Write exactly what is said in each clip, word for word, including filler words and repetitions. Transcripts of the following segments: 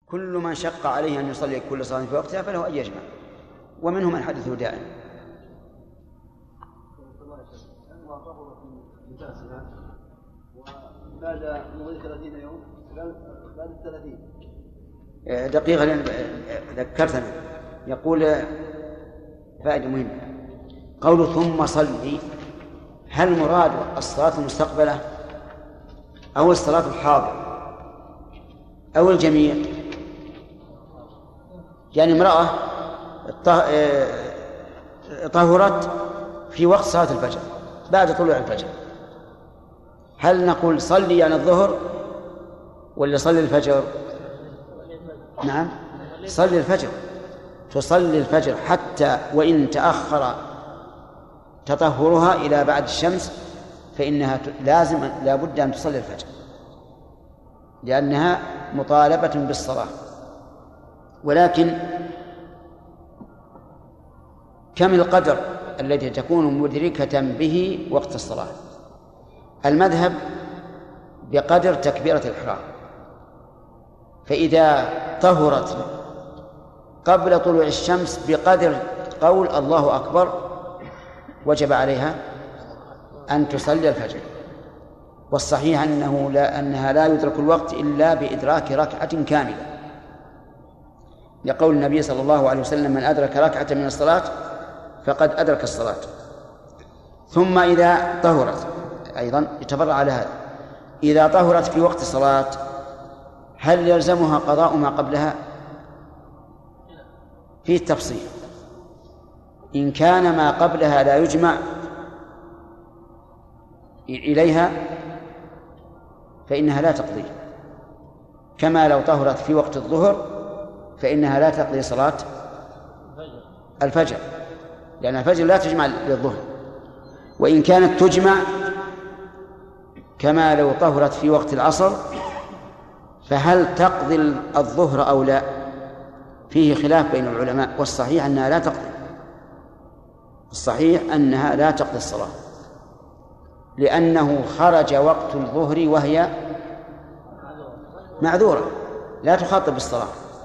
كل من شق عليه أن يصلي كل صلاة في وقتها فله أن يجمع، ومنهم من حدثه دائم. بعد مضي ثلاثين يوم بعد الثلاثين دقيقة ذكرتنا. يقول فائدة مهمة، قول ثم صلي، هل مراد الصلاة المستقبلة أو الصلاة الحاضرة أو الجميع؟ يعني امرأة طهرت في وقت صلاة الفجر بعد طلوع الفجر، هل نقول صلي يعني الظهر ولا صلي الفجر؟ نعم، صلي الفجر. تصلي الفجر حتى وإن تأخر تطهرها إلى بعد الشمس فإنها لازم لا بد أن تصلي الفجر، لأنها مطالبة بالصلاة. ولكن كم القدر الذي تكون مدركة به وقت الصلاة؟ المذهب بقدر تكبيرة الإحرام، فإذا طهرت قبل طلوع الشمس بقدر قول الله أكبر وجب عليها أن تصلي الفجر. والصحيح أنه لا أنها لا يدرك الوقت إلا بإدراك ركعة كاملة، لقول النبي صلى الله عليه وسلم: من أدرك ركعة من الصلاة فقد أدرك الصلاة. ثم إذا طهرت أيضا يتفرع على هذا، إذا طهرت في وقت الصلاة هل يلزمها قضاء ما قبلها؟ فيه تفصيل. إن كان ما قبلها لا يجمع إليها فإنها لا تقضي، كما لو طهرت في وقت الظهر فإنها لا تقضي صلاة الفجر، لأن الفجر لا تجمع للظهر. وإن كانت تجمع كما لو طهرت في وقت العصر فهل تقضي الظهر أو لا؟ فيه خلاف بين العلماء، والصحيح أنها لا تقضي، الصحيح أنها لا تقضي الصلاة، لأنه خرج وقت الظهر وهي معذورة لا تخاطب بالصلاة.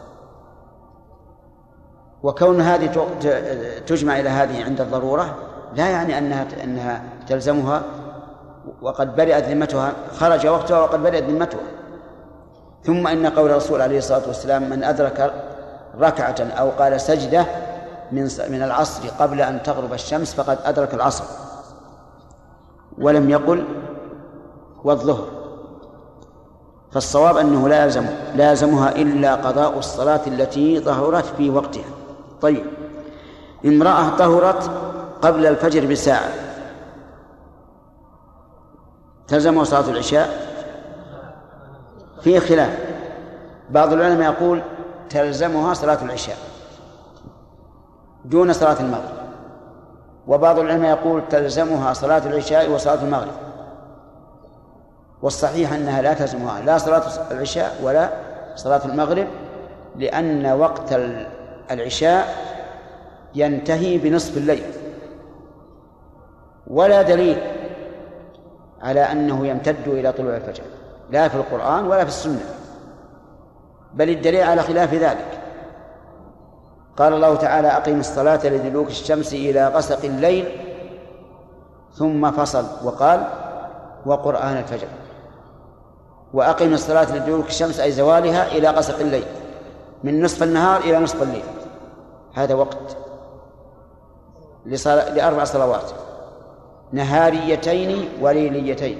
وكون هذه تجمع إلى هذه عند الضرورة لا يعني أنها أنها تلزمها وقد برئت ذمتها، خرج وقتها وقد برئت ذمتها. ثم إن قول الرسول عليه الصلاة والسلام: من أدرك ركعة أو قال سجدة من من العصر قبل أن تغرب الشمس فقد أدرك العصر، ولم يقل والظهر. فالصواب أنه لا يلزم لا يلزمها إلا قضاء الصلاة التي طهرت في وقتها. طيب، امرأة طهرت قبل الفجر بساعة تلزمها صلاة العشاء؟ فيه خلاف، بعض العلماء يقول تلزمها صلاة العشاء دون صلاة المغرب، وبعض العلماء يقول تلزمها صلاة العشاء وصلاة المغرب. والصحيح أنها لا تلزمها لا صلاة العشاء ولا صلاة المغرب، لأن وقت العشاء ينتهي بنصف الليل، ولا دليل على أنه يمتد إلى طلوع الفجر لا في القرآن ولا في السنة، بل الدليل على خلاف ذلك. قال الله تعالى: أقم الصلاة لدلوك الشمس إلى غسق الليل، ثم فصل وقال: وقرآن الفجر. وأقم الصلاة لدلوك الشمس أي زوالها إلى غسق الليل، من نصف النهار إلى نصف الليل، هذا وقت لأربع صلوات نهاريتين وليليتين.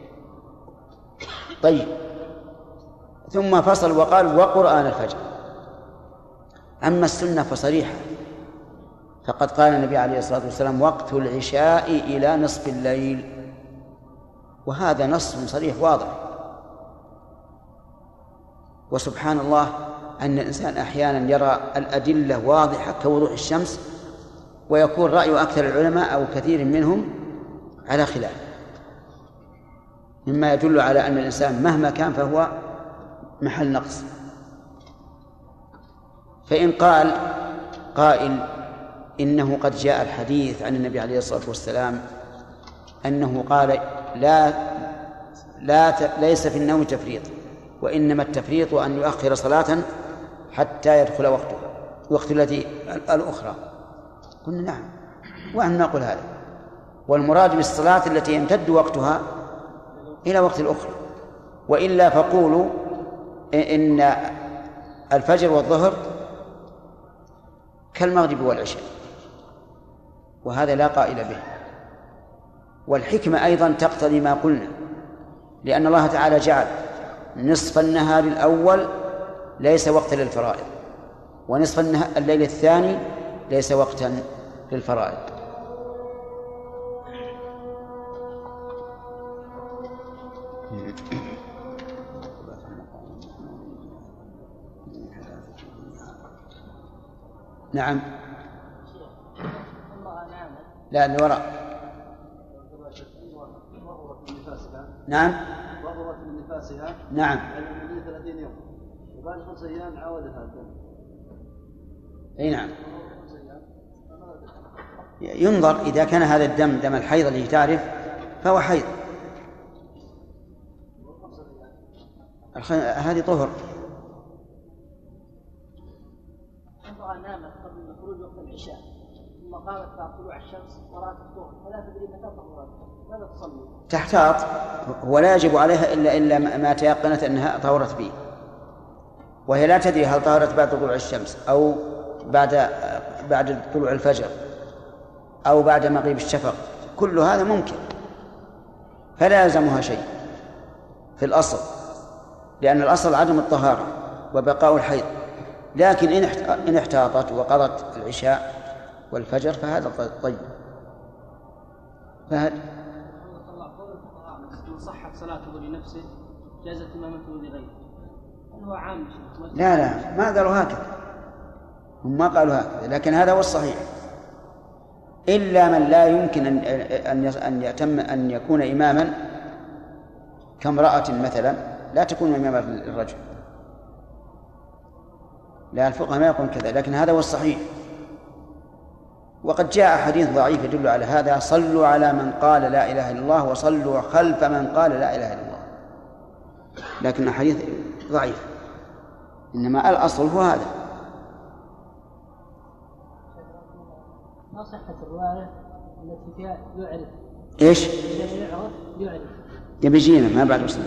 طيب، ثم فصل وقال: وقرآن الفجر. أما السنة فصريحة، فقد قال النبي عليه الصلاة والسلام: وقت العشاء إلى نصف الليل، وهذا نص صريح واضح. وسبحان الله أن الإنسان أحيانا يرى الأدلة واضحة كوضوح الشمس ويكون رأي أكثر العلماء أو كثير منهم على خلاف، مما يدل على أن الإنسان مهما كان فهو محل نقص. فإن قال قائل إنه قد جاء الحديث عن النبي عليه الصلاة والسلام أنه قال: لا لا ليس في النوم تفريط، وإنما التفريط أن يؤخر صلاة حتى يدخل وقتها وقت التي الأخرى. قلنا نعم، ونحن نقول هذا، والمراد بالصلاة التي يمتد وقتها إلى وقت الأخرى، وإلا فقولوا إن الفجر والظهر كالمغرب والعشاء، وهذا لا قائل به. والحكمة أيضا تقتضي ما قلنا، لأن الله تعالى جعل نصف النهار الأول ليس وقتا للفرائض، ونصف الليل الثاني ليس وقتا للفرائض. نعم. لا، اللي وراء. نعم. ظهرت من نفاسها. نعم. من ثلاثين يوم، وبعد خمس أيام عاودها الدم. أي نعم. ينظر إذا كان هذا الدم دم الحيض اللي تعرف فهو حيض، هذه طهر. امرأة نامت قبل خروج وقت العشاء ثم قامت بعد طلوع الشمس ورأت الظهر فلا تدري متى طهرت، ماذا تصلي؟ تحتاط، ولا يجب عليها إلا إلا ما تيقنت أنها طهرت به، وهي لا تدري هل طهرت بعد طلوع الشمس أو بعد بعد طلوع الفجر أو بعد مغيب الشفق، كل هذا ممكن، فلا يلزمها شيء في الأصل، لأن الأصل عدم الطهارة وبقاء الحيض. لكن إن احتاطت وقضت العشاء والفجر فهذا طيب. فهد من صحت صلاته لنفسه جازت إمامته لغيره، هل هو عام؟ لا لا، ما قالوا هكذا، هم ما قالوا هكذا، لكن هذا هو الصحيح. إلا من لا يمكن أن أن يتم أن يكون إماما كامرأة مثلا لا تكون إماما للرجل، لا، الفقهاء ما يقولون كذا، لكن هذا هو الصحيح. وقد جاء حديث ضعيف يدل على هذا: صلوا على من قال لا إله إلا الله وصلوا خلف من قال لا إله إلا الله، لكن الحديث ضعيف، إنما الأصل هو هذا. ما صحة الرواية التي فيها يعرف؟ إيش؟ يعرف يعرف يبي جينا ما بعد وصلنا.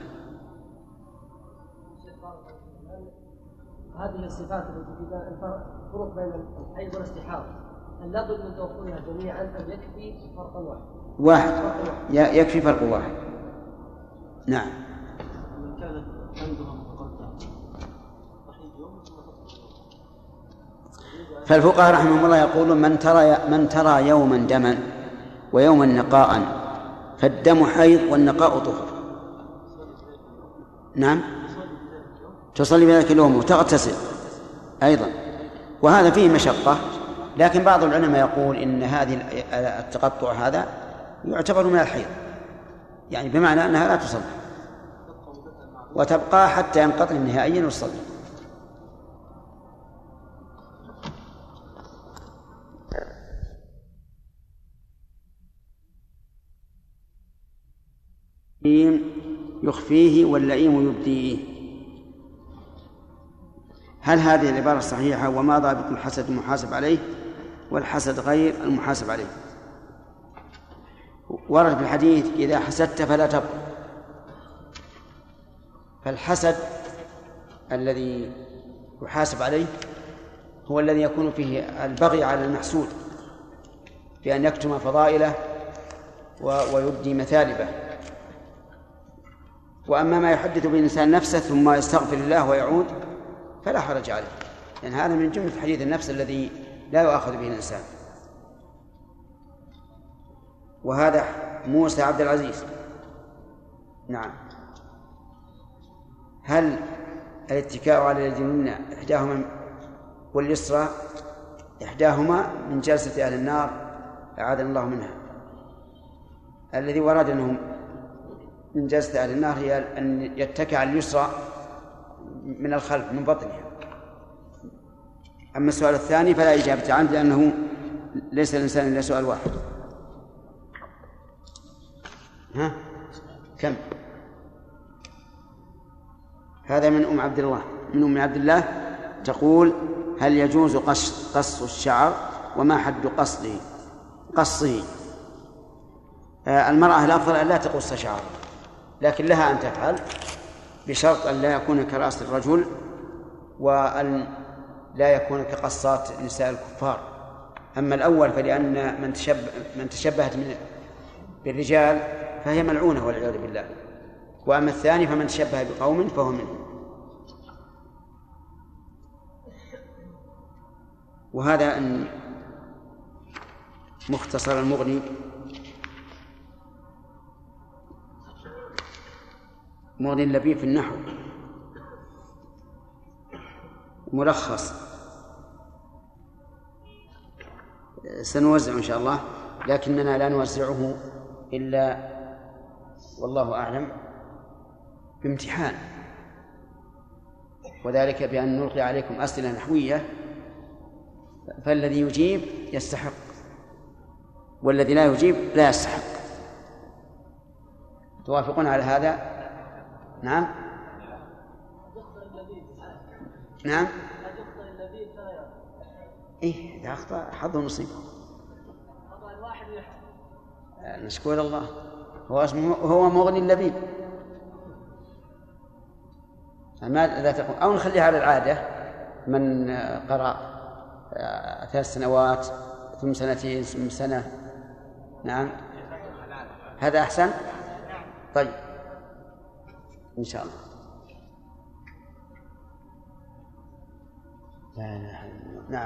هذه الصفات التي فيها الفرق بين الحيض والاستحاضة، هل لابد من توفرها جميعا أم يكفي فرق واحد؟ واحد، يكفي فرق واحد. نعم. من كانت عندها متقطعة فالفقهاء رحمهم الله يقولون: من ترى من ترى يوما دما ويوما نقاء فالدم حيض والنقاء طهر. نعم، تصلي بذلك اليوم وتغتسل أيضا، وهذا فيه مشقة، لكن بعض العلماء يقول إن هذه التقطع هذا يعتبر من الحيض، يعني بمعنى أنها لا تصلي وتبقى حتى ينقطع نهائيا وتصلي. يخفيه واللئيم يبديه، هل هذه العبارة صحيحة؟ وما ضابط الحسد المحاسب عليه والحسد غير المحاسب عليه؟ ورد في الحديث: إذا حسدت فلا تبغ. فالحسد الذي يحاسب عليه هو الذي يكون فيه البغي على المحسود بأن يكتم فضائله ويبدي مثالبه. وأما ما يحدث به الإنسان نفسه ثم يستغفر الله ويعود فلا حرج عليه، لأن هذا من جملة حديث النفس الذي لا يؤاخذ به الإنسان. وهذا موسى عبد العزيز. نعم. هل الاتكاء على اليد اليمنى إحداهما واليسرى إحداهما من جلسة أهل النار أعاذنا الله منها؟ الذي ورد أنهم من جلسة أهل النار هي أن يتكئ على اليسرى من الخلف من بطنها. أما السؤال الثاني فلا إجابة عنه، لأنه ليس الإنسان إلا سؤال واحد. ها كم؟ هذا من أم عبد الله، من أم عبد الله تقول: هل يجوز قص, قص الشعر وما حد قصه قصه المرأة الأفضل أن لا تقص شعر، لكن لها أن تفعل بشرط أن لا يكون كرأس الرجل وأن لا يكون كقصات نساء الكفار. أما الأول فلأن من تشبه من تشبهت من بالرجال فهي ملعونة والعياذ بالله، وأما الثاني فمن تشبه بقوم فهو منهم. وهذا أن مختصر المغني مغني اللبيب في النحو ملخص سنوزع إن شاء الله، لكننا لا نوزعه إلا والله أعلم بامتحان، وذلك بأن نلقي عليكم أسئلة نحوية، فالذي يجيب يستحق والذي لا يجيب لا يستحق. توافقون على هذا؟ نعم نعم إيه إذا أخطأ حظه نصيب، نشكر الله. هو اسمه هو مغني اللبيب. ماذا تقول؟ أو نخليها على العادة، من قرأ ثلاث سنوات ثم سنتين ثم سنة. نعم هذا أحسن. طيب إن شاء الله. لا إله إلا الله. نعم.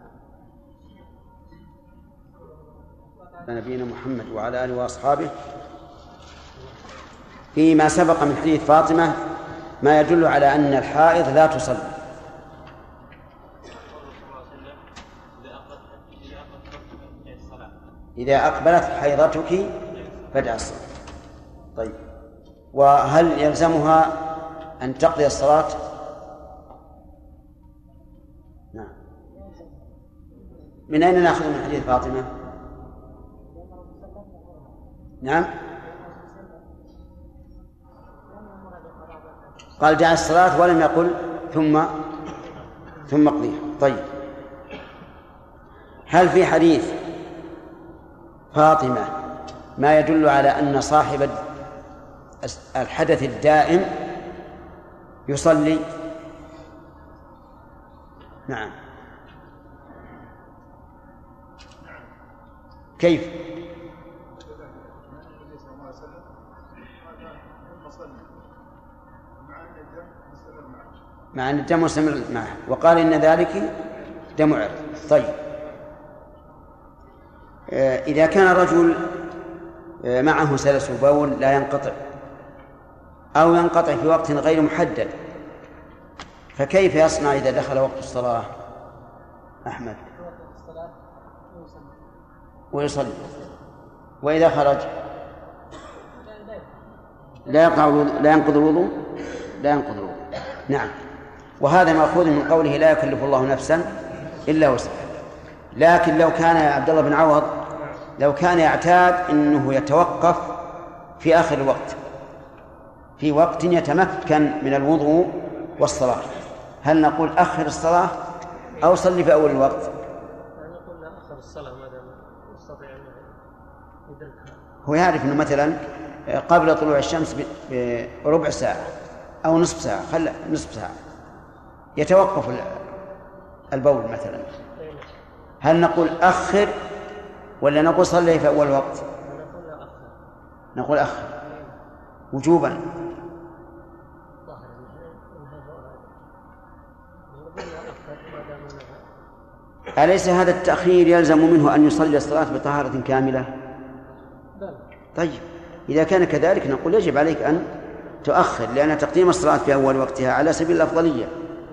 نبينا محمد وعلى آله وأصحابه. فيما سبق من حديث فاطمة ما يدل على أن الحائض لا تصلي. إذا أقبلت حيضتك فدع الصلاة. طيب، وهل يلزمها أن تقضي الصلاة؟ نعم. من أين نأخذ من حديث فاطمة؟ نعم قال دع الصلاة ولم يقل ثم ثم اقضيها. طيب، هل في حديث فاطمة ما يدل على أن صاحب الحدث الدائم يصلي؟ نعم. كيف؟ مع أن الدم مستمر معه، وقال إن ذلك دم عرض. طيب، إذا كان الرجل معه سلس بول لا ينقطع أو ينقطع في وقت غير محدد، فكيف يصنع إذا دخل وقت الصلاة؟ أحمد ويصلي، وإذا خرج لا يقع لا ينقض الوضوء لا ينقض الوضوء. نعم، وهذا مأخوذ من قوله لا يكلف الله نفسا إلا وسعها. لكن لو كان يا عبد الله بن عوض لو كان يعتاد أنه يتوقف في آخر الوقت في وقت يتمكن من الوضوء والصلاة، هل نقول أخر الصلاة أو صلي في أول الوقت؟ نقول لا، أخر الصلاة ما دام يستطيع أن يدركها. هو يعرف أنه مثلا قبل طلوع الشمس بربع ساعة أو نصف ساعة، خلى نصف ساعة يتوقف البول مثلا، هل نقول أخر ولا نقول صلي في أول وقت؟ نقول أخر وجوبا. أليس هذا التأخير يلزم منه أن يصلي الصلاة بطهارة كاملة؟ طيب، إذا كان كذلك نقول يجب عليك أن تؤخر، لأن تقديم الصلاة في أول وقتها على سبيل الأفضلية.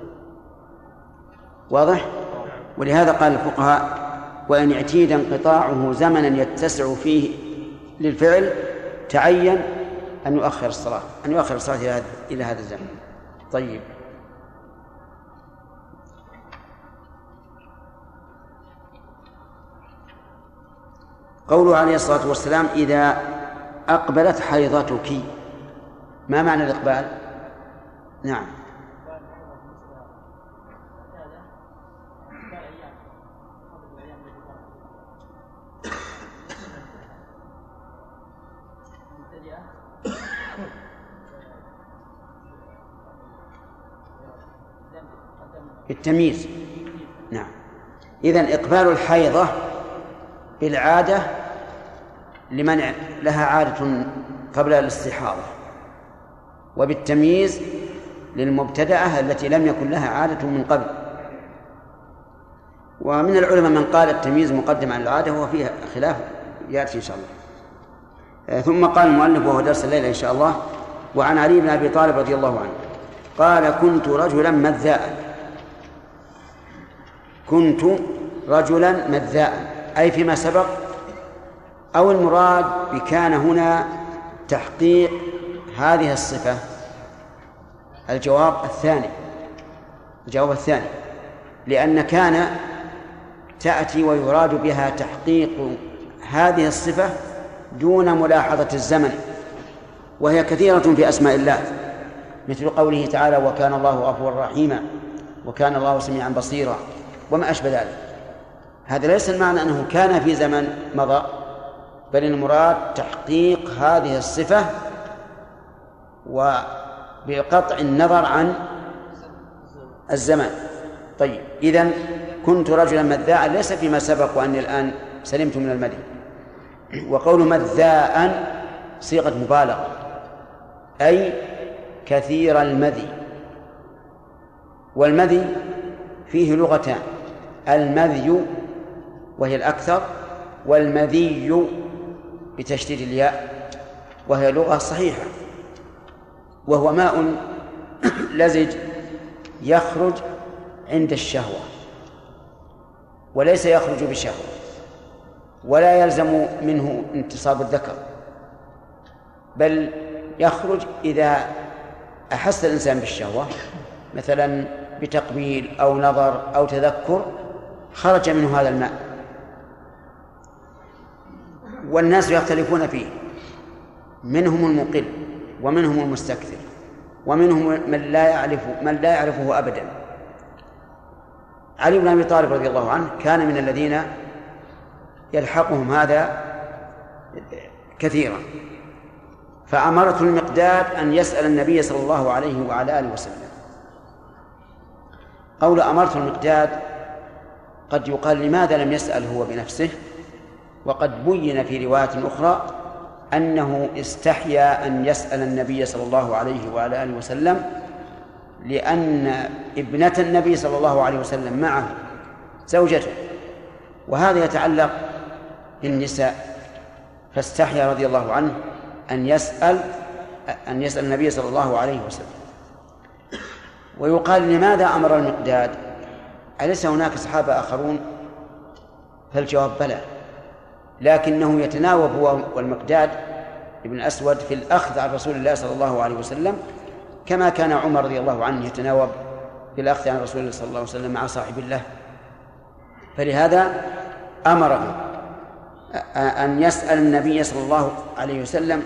واضح؟ ولهذا قال الفقهاء وإن اعتيد انقطاعه زمنا يتسع فيه للفعل تعين أن يؤخر الصلاة أن يؤخر الصلاة إلى هذا الزمن. طيب، قوله عليه الصلاة والسلام إذا أقبلت حيضتك، ما معنى الإقبال؟ نعم بالتمييز. نعم. إذن إقبال الحيضة بالعادة لمن لها عادة قبل الاستحاضة، وبالتمييز للمبتدأة التي لم يكن لها عادة من قبل. ومن العلماء من قال التمييز مقدم على العادة، وهو فيه خلاف يأتي إن شاء الله. ثم قال المؤلف وهو درس الليلة إن شاء الله: وعن علي بن أبي طالب رضي الله عنه قال: كنت رجلا مذاء. كنت رجلا مذاء أي فيما سبق، أو المراد بكان هنا تحقيق هذه الصفة؟ الجواب الثاني، الجواب الثاني، لأن كان تأتي ويراد بها تحقيق هذه الصفة دون ملاحظة الزمن، وهي كثيرة في أسماء الله، مثل قوله تعالى: وكان الله غفورا رحيما، وكان الله سميعا بصيرا، وما أشبه ذلك. هذا ليس المعنى أنه كان في زمن مضى، بل المراد تحقيق هذه الصفة وبقطع النظر عن الزمان. طيب، إذن كنت رجلا مذاء ليس فيما سبق وأني الآن سلمت من المذي. وقول مذاء صيغة مبالغة، أي كثير المذي. والمذي فيه لغتان: المذي وهي الأكثر، والمذي بتشديد الياء وهي لغة صحيحة، وهو ماء لزج يخرج عند الشهوة، وليس يخرج بشهوة، ولا يلزم منه انتصاب الذكر، بل يخرج إذا أحس الإنسان بالشهوة، مثلا بتقبيل أو نظر أو تذكر، خرج منه هذا الماء. والناس يختلفون فيه، منهم المقل ومنهم المستكثر، ومنهم من لا يعرف من لا يعرفه أبدا. علي بن أبي طالب رضي الله عنه كان من الذين يلحقهم هذا كثيرا، فأمرته المقداد أن يسأل النبي صلى الله عليه وعلى آله وسلم. قول أمرته المقداد قد يقال لماذا لم يسأل هو بنفسه، وقد بين في رواية أخرى أنه استحيا أن يسأل النبي صلى الله عليه وعلى آله وسلم، لأن ابنة النبي صلى الله عليه وسلم معه زوجته، وهذا يتعلق بالنساء، فاستحيا رضي الله عنه أن يسأل أن يسأل النبي صلى الله عليه وسلم. ويقال لماذا أمر المقداد؟ أليس هناك صحابة آخرون؟ فالجواب بلى، لكنه يتناوب هو والمقداد ابن الأسود في الأخذ عن رسول الله صلى الله عليه وسلم، كما كان عمر رضي الله عنه يتناوب في الأخذ عن رسول الله صلى الله عليه وسلم مع صاحب الله. فلهذا أمره أن يسأل النبي صلى الله عليه وسلم،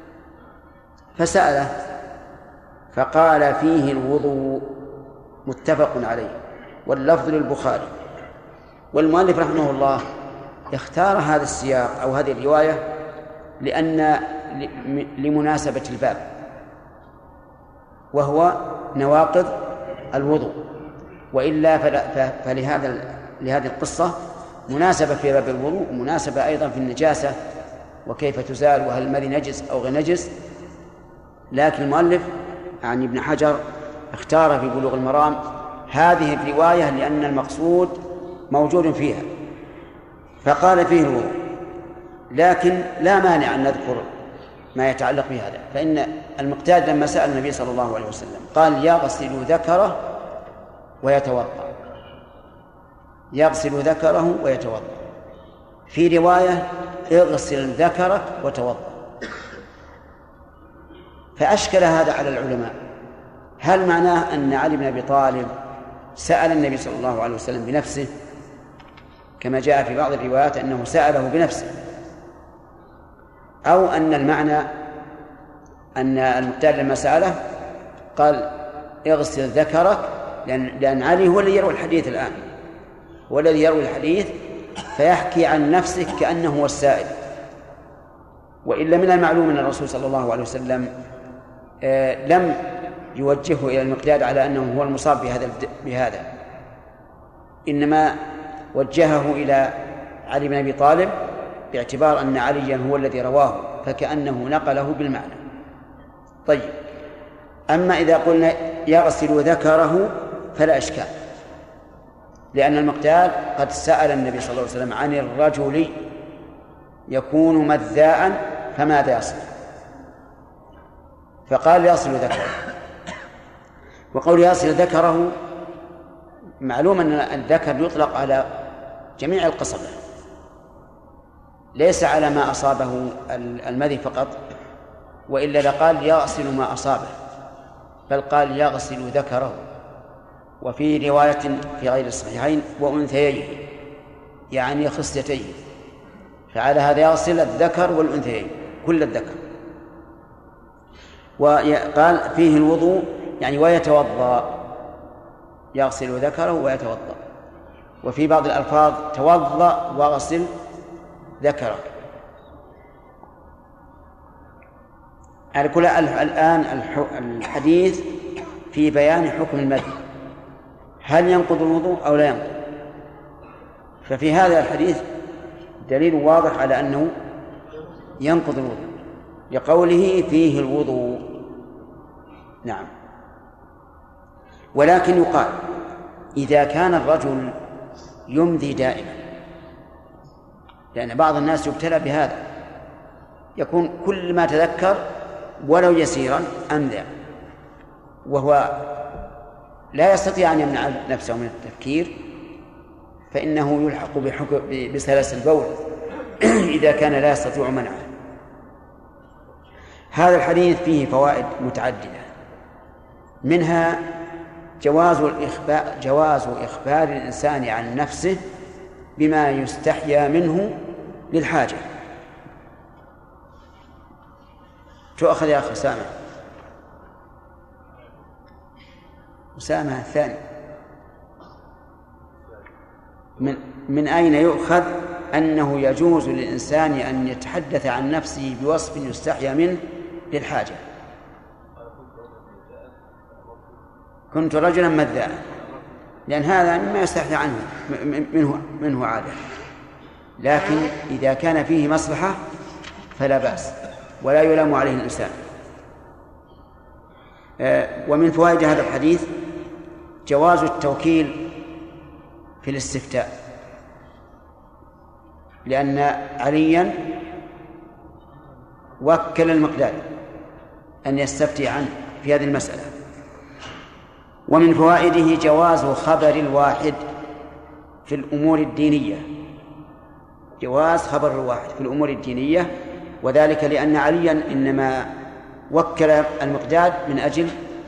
فسأله فقال فيه الوضوء، متفق عليه، واللفظ للبخاري. والمؤلف رحمه الله اختار هذا السياق أو هذه الرواية لأن لمناسبة الباب، وهو نواقض الوضوء، وإلا فلهذا لهذه القصة مناسبة في باب الوضوء، ومناسبة أيضا في النجاسة وكيف تزال، وهل المذي نجس أو غير نجس. لكن المؤلف عن ابن حجر اختار في بلوغ المرام هذه الرواية لأن المقصود موجود فيها، فقال فيه الوضوء. لكن لا مانع أن نذكر ما يتعلق بهذا، فإن المقداد لما سأل النبي صلى الله عليه وسلم قال: يغسل ذكره ويتوضأ، يغسل ذكره ويتوضأ. في رواية: اغسل ذكرك وتوضأ. فأشكل هذا على العلماء، هل معناه أن علي بن أبي طالب سأل النبي صلى الله عليه وسلم بنفسه كما جاء في بعض الروايات أنه سأله بنفسه، أو أن المعنى أن المقداد لما سأله قال: اغسل ذكرك، لأن, لأن علي هو الذي يروي الحديث الآن، هو الذي يروي الحديث فيحكي عن نفسه كأنه هو السائل. وإلا من المعلوم أن الرسول صلى الله عليه وسلم لم يوجهه إلى المقداد على أنه هو المصاب بهذا بهذا إنما وجهه إلى علي بن أبي طالب باعتبار أن عليا هو الذي رواه، فكأنه نقله بالمعنى. طيب، أما إذا قلنا يغسل ذكره فلا إشكال، لأن المقداد قد سأل النبي صلى الله عليه وسلم عن الرجل يكون مذاء فماذا يصل، فقال يصل ذكره. وقول يصل ذكره معلوم أن الذكر يطلق على جميع القصبة، ليس على ما أصابه المذي فقط، وإلا لقال يغسل ما أصابه، بل قال يغسل ذكره. وفي رواية في غير الصحيحين وأنثييه، يعني خصيتيه، فعلى هذا يغسل الذكر والأنثيين كل الذكر. وقال فيه الوضوء يعني ويتوضأ، يغسل ذكره ويتوضأ. وفي بعض الألفاظ توضأ واغسل ذكره. على كل الآن الحديث في بيان حكم المذي، هل ينقض الوضوء أو لا ينقض؟ ففي هذا الحديث دليل واضح على أنه ينقض الوضوء لقوله فيه الوضوء. نعم. ولكن يقال إذا كان الرجل يمذي دائما، لأن بعض الناس يبتلى بهذا، يكون كل ما تذكر ولو يسيرا أمذى، وهو لا يستطيع أن يمنع نفسه من التفكير، فإنه يلحق بسلس البول إذا كان لا يستطيع منعه. هذا الحديث فيه فوائد متعددة، منها جواز الإخبار جواز إخبار الإنسان عن نفسه بما يستحيا منه للحاجة. تؤخذ يا أخي أسامة، أسامة الثاني، من من أين يؤخذ أنه يجوز للإنسان أن يتحدث عن نفسه بوصف يستحيا منه للحاجة؟ كنت رجلا مذاء، لأن هذا مما يستحيا عنه منه منه عادة، لكن إذا كان فيه مصلحة فلا بأس ولا يلام عليه الإنسان. ومن فوائد هذا الحديث جواز التوكيل في الاستفتاء، لأن عليا وكل المقداد أن يستفتي عنه في هذه المسألة. ومن فوائده جواز خبر الواحد في الأمور الدينية، جواز خبر الواحد في الأمور الدينية، وذلك لأن عليا إنما وكل المقداد من أجل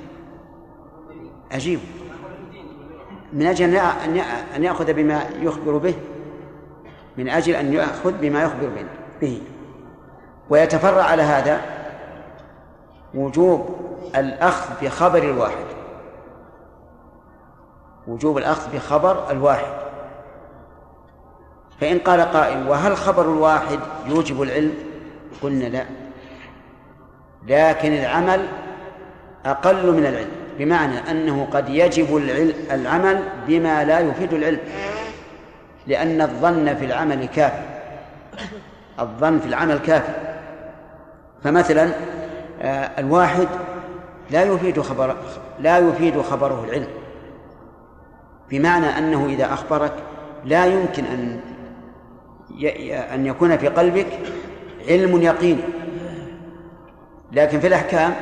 أجيب من أجل أن يأخذ بما يخبر به، من أجل أن يأخذ بما يخبر به. ويتفرع على هذا وجوب الأخذ بخبر الواحد، وجوب الأخذ بخبر الواحد. فإن قال قائل وهل خبر الواحد يوجب العلم؟ قلنا لا، لكن العمل أقل من العلم، بمعنى أنه قد يجب العمل بما لا يفيد العلم، لأن الظن في العمل كافي، الظن في العمل كافي. فمثلا الواحد لا يفيد خبر لا يفيد خبره العلم، بمعنى أنه إذا أخبرك لا يمكن أن أن يكون في قلبك علم يقيني، لكن في الأحكام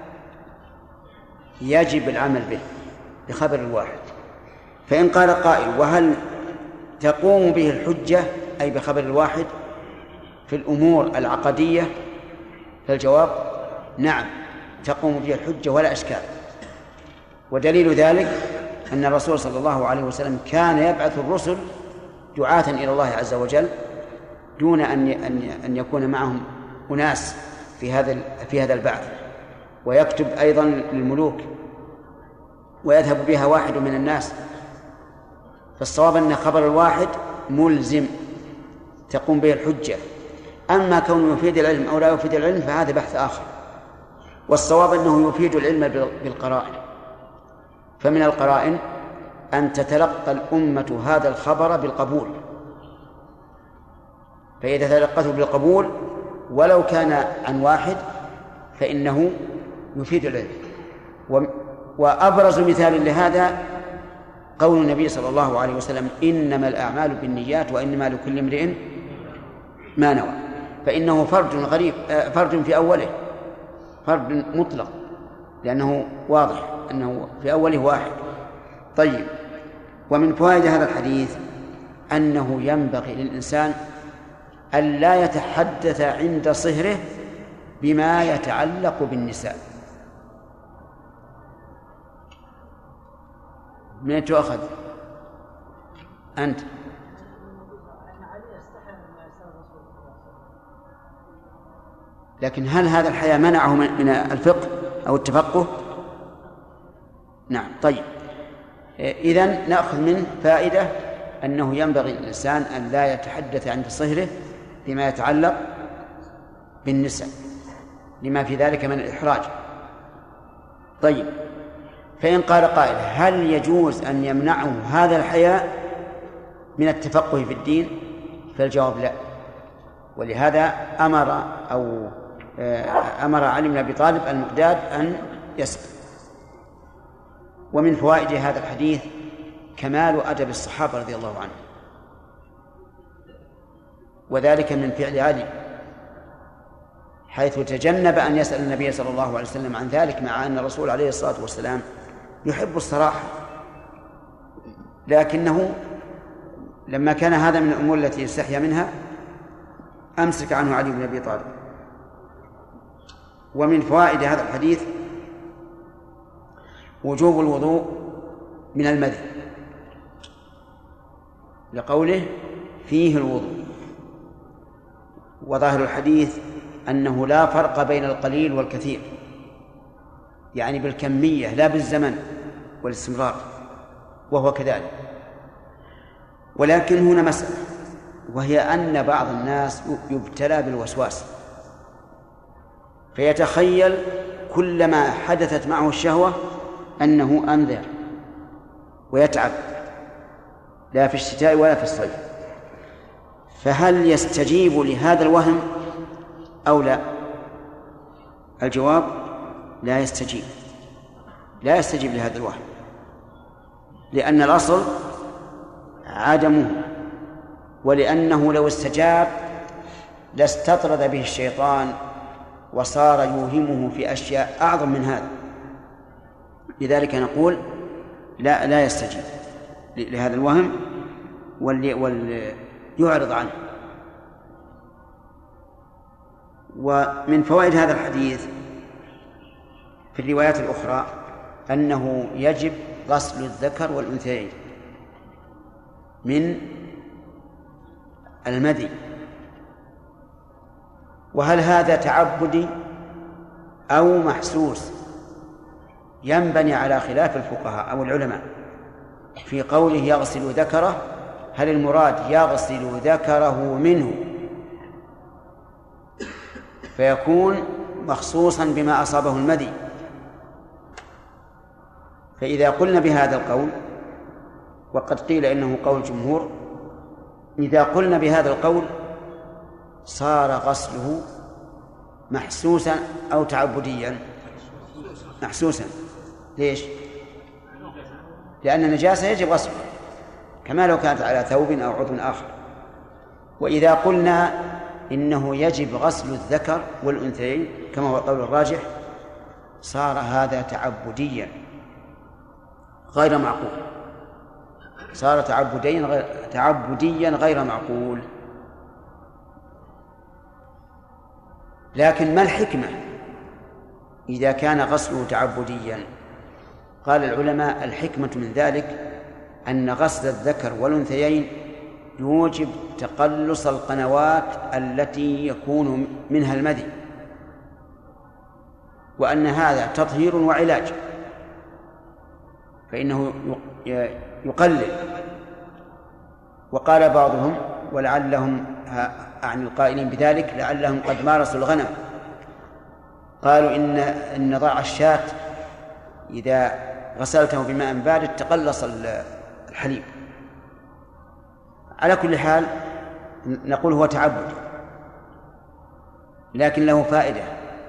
يجب العمل به بخبر الواحد. فإن قال قائل وهل تقوم به الحجة أي بخبر الواحد في الأمور العقدية؟ فالجواب نعم، تقوم به الحجة ولا إشكال. ودليل ذلك أن الرسول صلى الله عليه وسلم كان يبعث الرسل دعاة إلى الله عز وجل دون أن أن يكون معهم أناس في هذا في هذا البعث، ويكتب أيضا للملوك ويذهب بها واحد من الناس. فالصواب أن خبر الواحد ملزم تقوم به الحجة. أما كونه يفيد العلم أو لا يفيد العلم فهذا بحث آخر، والصواب أنه يفيد العلم بالقرائن. فمن القرائن أن تتلقى الأمة هذا الخبر بالقبول، فإذا تلقته بالقبول ولو كان عن واحد فإنه يفيد العلم. وأبرز مثال لهذا قول النبي صلى الله عليه وسلم: إنما الأعمال بالنيات وإنما لكل امرئ ما نوى. فإنه فرد غريب، فرد في أوله، فرد مطلق، لأنه واضح أنه في أوله واحد. طيب، ومن فوائد هذا الحديث أنه ينبغي للإنسان أن لا يتحدث عند صهره بما يتعلق بالنساء. من تؤخذ أنت؟ لكن هل هذا الحياء منعه من الفقه أو التفقه؟ نعم. طيب، إذن نأخذ منه فائدة أنه ينبغي للإنسان أن لا يتحدث عند صهره بما يتعلق بالنساء لما في ذلك من الإحراج. طيب، فإن قال قائل: هل يجوز أن يمنعه هذا الحياء من التفقه في الدين؟ فالجواب لا. ولهذا أمر أو أمر علي بن أبي طالب المقداد أن يسأل. ومن فوائد هذا الحديث كمال أدب الصحابة رضي الله عنهم، وذلك من فعل علي، حيث تجنب أن يسأل النبي صلى الله عليه وسلم عن ذلك، مع أن الرسول عليه الصلاة والسلام يحب الصراحة، لكنه لما كان هذا من الأمور التي يستحيا منها أمسك عنه علي بن أبي طالب. ومن فوائد هذا الحديث وجوب الوضوء من المذي، لقوله فيه الوضوء. وظاهر الحديث أنه لا فرق بين القليل والكثير، يعني بالكمية لا بالزمن والاستمرار، وهو كذلك. ولكن هنا مسألة، وهي أن بعض الناس يبتلى بالوسواس، فيتخيل كلما حدثت معه الشهوة أنه أنذر ويتعب، لا في الشتاء ولا في الصيف. فهل يستجيب لهذا الوهم أو لا؟ الجواب: لا يستجيب، لا يستجيب لهذا الوهم، لأن الأصل عدمه، ولأنه لو استجاب لاستطرد به الشيطان وصار يوهمه في أشياء أعظم من هذا. لذلك نقول لا لا يستجيب لهذا الوهم ويعرض عنه. ومن فوائد هذا الحديث في الروايات الأخرى أنه يجب غسل الذكر والأنثيين من المذي. وهل هذا تعبدي أو محسوس؟ ينبني على خلاف الفقهاء أو العلماء في قوله يغسل ذكره. هل المراد يغسل ذكره منه فيكون مخصوصا بما أصابه المذي؟ فإذا قلنا بهذا القول، وقد قيل إنه قول جمهور، إذا قلنا بهذا القول صار غسله محسوسا أو تعبديا؟ محسوسا. ليش؟ لأن النجاسة يجب غسله كما لو كانت على ثوب أو عضو آخر. وإذا قلنا إنه يجب غسل الذكر والأنثيين كما هو القول الراجح، صار هذا تعبديا غير معقول، صار تعبديا غير, تعبديا غير معقول. لكن ما الحكمة إذا كان غسله تعبديا؟ قال العلماء: الحكمة من ذلك أن غسل الذكر والأنثيين يوجب تقلص القنوات التي يكون منها المذي، وأن هذا تطهير وعلاج، فإنه يقلل. وقال بعضهم، ولعلهم عن القائلين بذلك لعلهم قد مارسوا الغنم، قالوا إن إن ضاع الشاة إذا غسلته بماء بارد تقلص الحليب. على كل حال نقول هو تعبد، لكن له فائدة،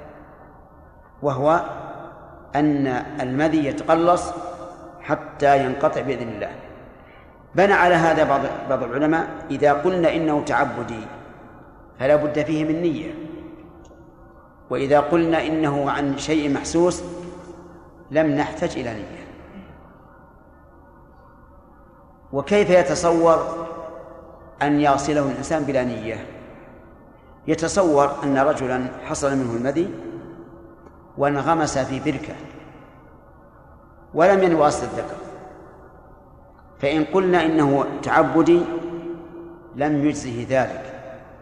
وهو أن المذي يتقلص حتى ينقطع بإذن الله. بنى على هذا بعض بعض العلماء: إذا قلنا إنه تعبدي فلا بد فيه من نية، وإذا قلنا إنه عن شيء محسوس لم نحتج إلى نية. وكيف يتصور أن يغسله الإنسان بلا نية؟ يتصور أن رجلا حصل منه المذي وانغمس في بركة ولم ينوي غسل الذكر، فإن قلنا إنه تعبدي لم يجزه ذلك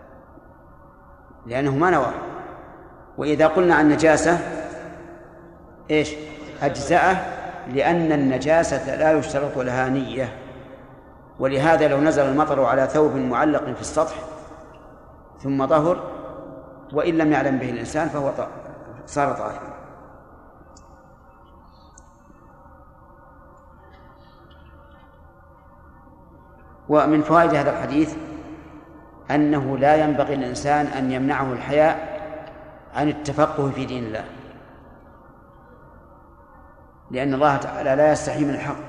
لأنه ما نوى. وإذا قلنا عن نجاسة إيش أجزأه، لأن النجاسة لا يشترط لها نية. ولهذا لو نزل المطر على ثوب معلق في السطح ثم طهر وإن لم يعلم به الإنسان فهو صار طاهرا. ومن فوائد هذا الحديث أنه لا ينبغي للإنسان أن يمنعه الحياء عن التفقه في دين الله، لأن الله تعالى لا يستحي من الحق.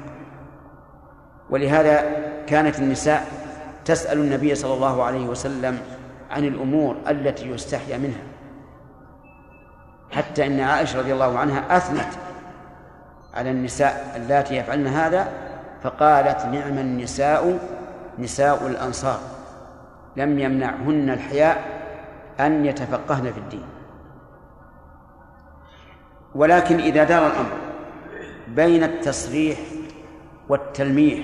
ولهذا كانت النساء تسأل النبي صلى الله عليه وسلم عن الأمور التي يستحيا منها، حتى إن عائشة رضي الله عنها أثنت على النساء اللاتي يفعلن هذا فقالت: نعم النساء نساء الأنصار لم يمنعهن الحياء أن يتفقهن في الدين. ولكن إذا دار الأمر بين التصريح والتلميح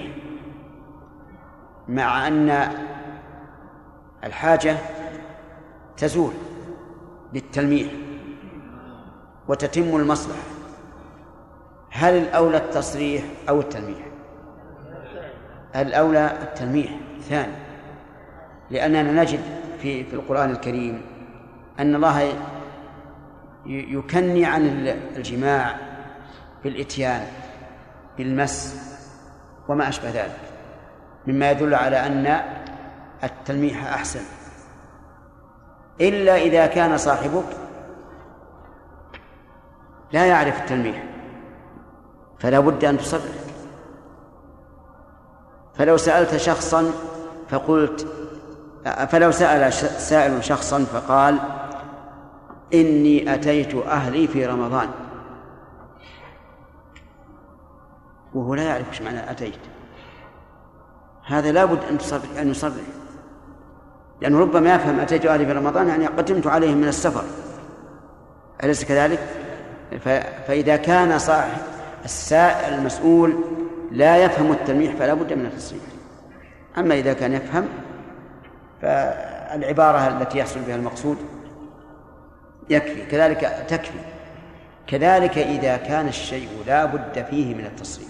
مع أن الحاجة تزول بالتلميح وتتم المصلحة، هل الأولى التصريح أو التلميح؟ الأولى التلميح ثاني، لأننا نجد في في القرآن الكريم أن الله يكني عن الجماع بالإتيان بالمس وما أشبه ذلك، مما يدل على أن التلميح أحسن، إلا إذا كان صاحبك لا يعرف التلميح فلا بد أن تصرح. فلو سألت شخصا فقلت فلو سأل سائل شخصا فقال: إني أتيت أهلي في رمضان، وهو لا يعرف ايش معنى أتيت، هذا لابد أن تصرح أن يصرح، لأنه ربما يفهم أتيت أهلي في رمضان يعني قدمت عليهم من السفر، أليس كذلك؟ فإذا كان صاحب السائل المسؤول لا يفهم التلميح فلا بد من التصريح. أما إذا كان يفهم فالعبارة التي يحصل بها المقصود يكفي، كذلك تكفي. كذلك إذا كان الشيء لا بد فيه من التصريح،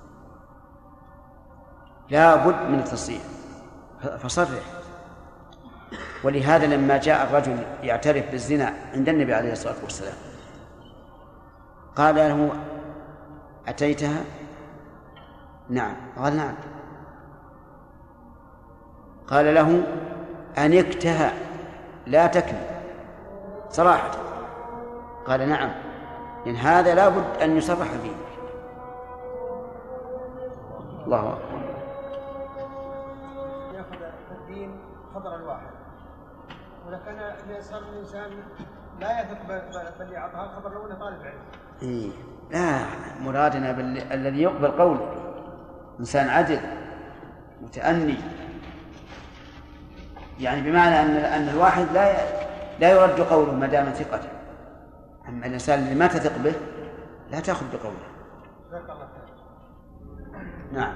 لا بد من التصريح فصرح. ولهذا لما جاء الرجل يعترف بالزنا عند النبي عليه الصلاة والسلام قال له: أتيتها؟ نعم. قال: نعم. قال له: أنكتها لا تكذب صراحة؟ قال: نعم. لأن هذا لا بد أن يصرح به. الله أكبر. يأخذ الدين خبر الواحد، ولكن يسأل الإنسان لا يثق بل يعطها الخبر لو أنه طالب علم. إيه لا، مرادنا الذي يقبل قوله إنسان عدل متأني، يعني بمعنى أن أن الواحد لا لا يرد قوله ما دام ثقته. أما الإنسان اللي ما تثق به لا تأخذ بقوله. نعم.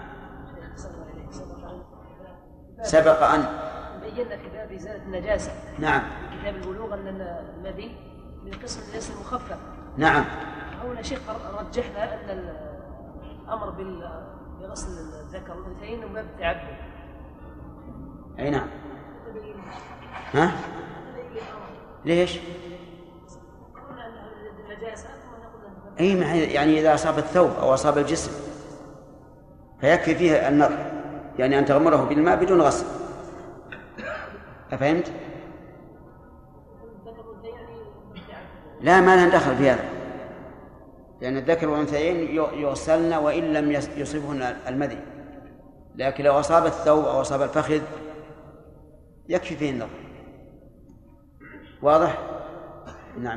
سبق أن بينا في باب إزالة النجاسة. نعم. كتاب البلوغ أن المذي من قسم ليس المخفف. نعم. هنا شيخ رجحنا أن الأمر بغسل الذكر والأنثيين من باب التعبد. أي نعم. ها؟ ليش؟ قلنا أن النجاسة ثم نقول أي يعني إذا أصاب الثوب أو أصاب الجسم فيكفي فيه النضح، يعني أن تغمره بالماء بدون غسل. أفهمت؟ لا، ما لنا دخل في هذا، لأن الذكر والأنثيين يغسلن وإن لم يصيبهن المذي، لكن لو أصاب الثوب أو أصاب الفخذ يكفي فيه النظر. واضح؟ نعم.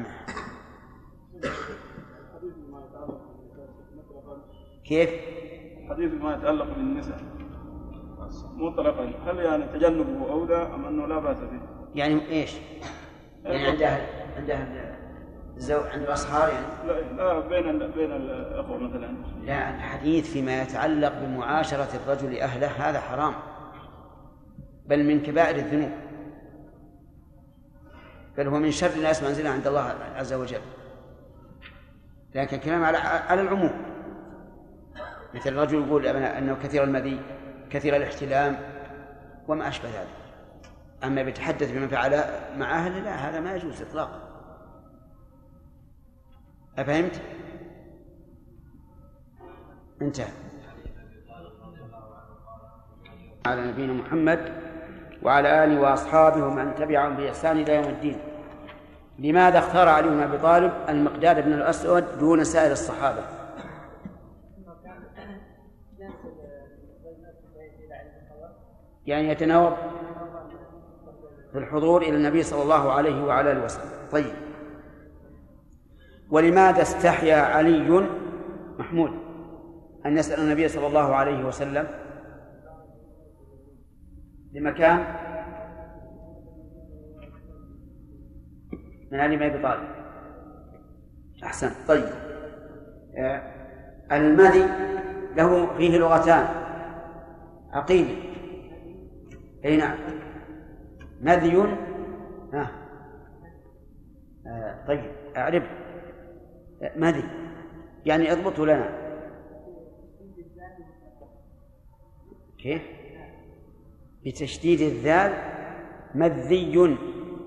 كيف؟ حديث ما يتعلق بالنساء مطلقا، هل يعني تجنبه أولى أم أنه لا بأس به؟ يعني إيش؟ يعني عندها عندها الزوج عند الأصهار يعني؟ لا, لا بين بين الأخوة مثلا. لا، الحديث فيما يتعلق بمعاشرة الرجل أهله هذا حرام، بل من كبائر الذنوب، بل هو من شر الناس منزلة عند الله عز وجل. لكن كلام على على العموم، مثل الرجل يقول أنه كثير المذي كثير الاحتلام وما أشبه ذلك. أما بيتحدث بما فعل مع أهله لا، هذا ما يجوز إطلاقا. أفهمت؟ انتهى. على نبينا محمد وعلى آله وأصحابه ومن تبعهم بإحسان إلى يوم الدين. لماذا اختار علي بن أبي طالب المقداد بن الأسود دون سائر الصحابة؟ يعني يتناوب في الحضور إلى النبي صلى الله عليه وعلى آله وسلم. طيب، ولماذا استحيا علي محمود أن يسأل النبي صلى الله عليه وسلم لمكان من علي بن أبي طالب؟ أحسن. طيب، آه المذي له فيه لغتان، عقيدة. أي نعم، مذي. آه. آه. طيب، أعرف مذي يعني اضبطه لنا. كيف؟ بتشديد الذال مذي،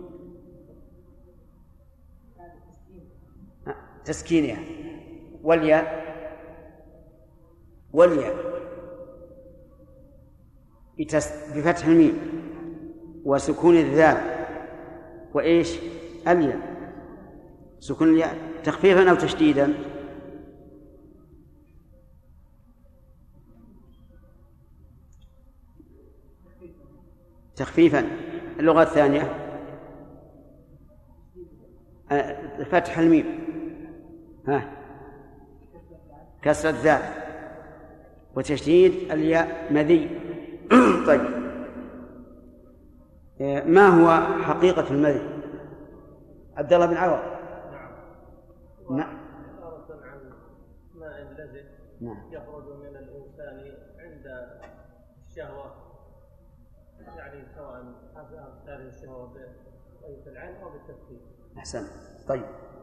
تسكينها، والياء والياء بفتح الميم وسكون الذال وإيش الياء، سكون الياء تخفيفا أو تشديدا. تخفيفا. اللغة الثانية فتح الميم، ها كسر الذال وتشديد الياء مذي. طيب، ما هو حقيقة المذي؟ عبد الله بن عوض. نعم. عبارة عن ماء لزج يخرج من الإنسان عند الشهوة، يعني سواء خارج الشهوة بغيث العين أو بالتفكير. أحسن. طيب،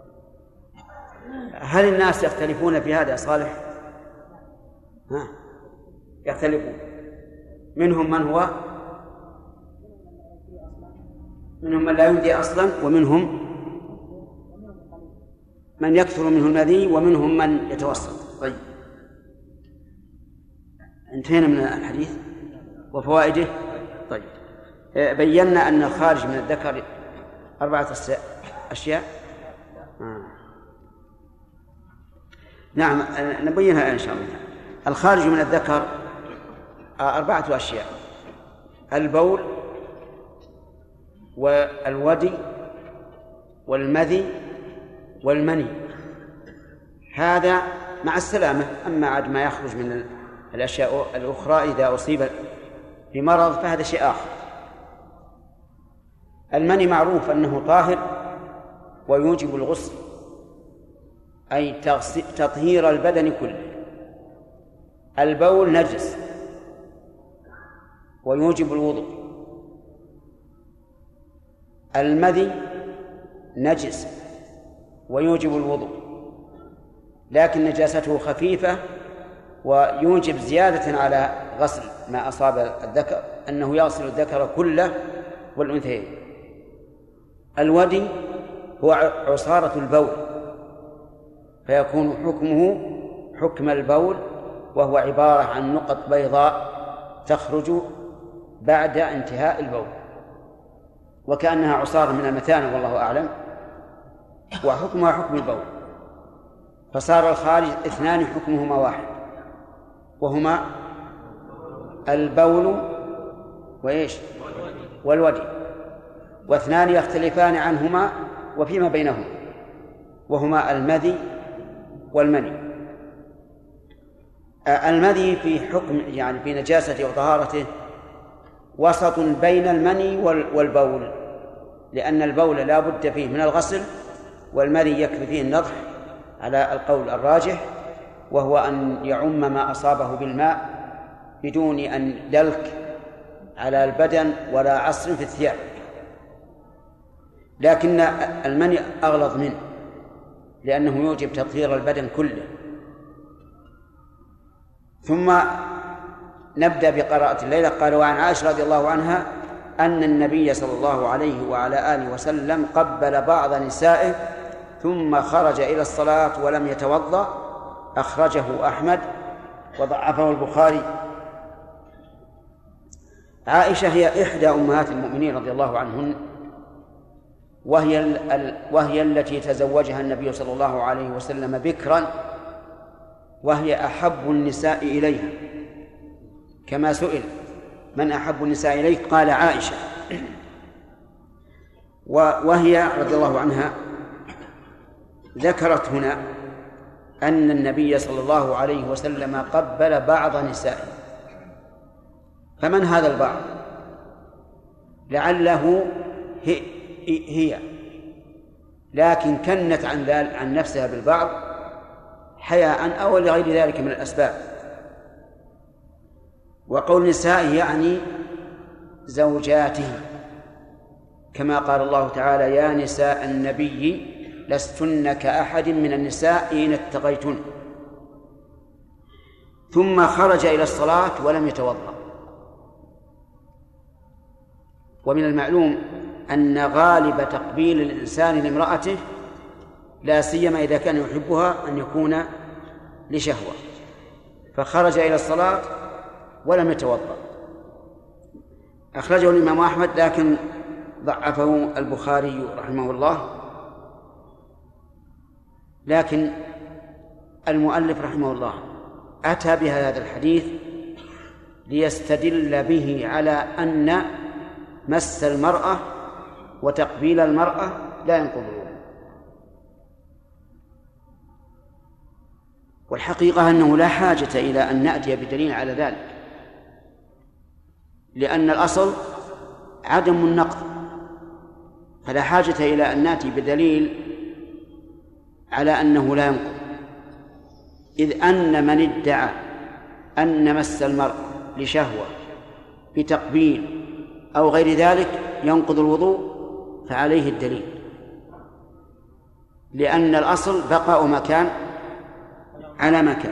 هل الناس يختلفون في هذا يا صالح؟ ها، يختلفون. منهم من هو منهم من لا يمدي أصلا، ومنهم من يكثر منه المذي، ومنهم من يتوسط. طيب، انتهينا من الحديث وفوائده. طيب، بينا أن الخارج من الذكر أربعة أشياء. آه. نعم، نبينها إن شاء الله. الخارج من الذكر أربعة أشياء: البول والودي والمذي والمني. هذا مع السلامة. أما عاد ما يخرج من الأشياء الأخرى إذا أصيب بمرض فهذا شيء آخر. المني معروف أنه طاهر ويوجب الغسل، أي تطهير البدن كله. البول نجس ويوجب الوضوء. المذي نجس ويوجب الوضوء، لكن نجاسته خفيفة ويوجب زيادة على غسل ما أصاب الذكر، أنه يغسل الذكر كله والأنثيين. الودي هو عصارة البول فيكون حكمه حكم البول، وهو عبارة عن نقط بيضاء تخرج بعد انتهاء البول، وكأنها عصارة من المثانة والله أعلم، وحكمها حكم البول. فصار الخارج اثنان حكمهما واحد، وهما البول وإيش والودي، واثنان يختلفان عنهما وفيما بينهما، وهما المذي والمني. المذي في حكم يعني في نجاسته وطهارته وسط بين المني والبول، لأن البول لا بد فيه من الغسل، والمني يكفي فيه النضح على القول الراجح، وهو أن يعم ما أصابه بالماء بدون أن دلك على البدن ولا عصر في الثياب. لكن المني أغلظ منه لأنه يوجب تطهير البدن كله. ثم نبدأ بقراءة الليلة. قال: وعن عائشة رضي الله عنها أن النبي صلى الله عليه وعلى آله وسلم قبل بعض نسائه ثم خرج إلى الصلاة ولم يتوضأ. أخرجه أحمد وضعفه البخاري. عائشة هي إحدى أمهات المؤمنين رضي الله عنهن، وهي, ال... وهي التي تزوجها النبي صلى الله عليه وسلم بكرا، وهي أحب النساء إليها، كما سئل من أحب النساء إليك قال عائشة. وهي رضي الله عنها ذكرت هنا أن النبي صلى الله عليه وسلم قبل بعض نسائه. فمن هذا البعض؟ لعله هي, هي لكن كنت عن ذلك عن نفسها بالبعض حياء أو لغير ذلك من الأسباب. وقول نساء يعني زوجاته، كما قال الله تعالى: يا نساء النبي لستن كأحد من النساء إن اتقيتن. ثم خرج إلى الصلاة ولم يتوضأ. ومن المعلوم أن غالب تقبيل الإنسان لامرأته لا سيما إذا كان يحبها أن يكون لشهوة، فخرج إلى الصلاة ولم يتوضأ. أخرجه الإمام أحمد لكن ضعفه البخاري رحمه الله. لكن المؤلف رحمه الله أتى بهذا الحديث ليستدل به على أن مس المرأة وتقبيل المرأة لا ينقض الوضوء. والحقيقة أنه لا حاجة إلى أن نأتي بدليل على ذلك، لأن الأصل عدم النقض، فلا حاجة إلى أن نأتي بدليل على أنه لا ينقض، إذ أن من ادعى أن مس المرأة لشهوة بتقبيل أو غير ذلك ينقض الوضوء فعليه الدليل، لأن الأصل بقاء مكان على مكان.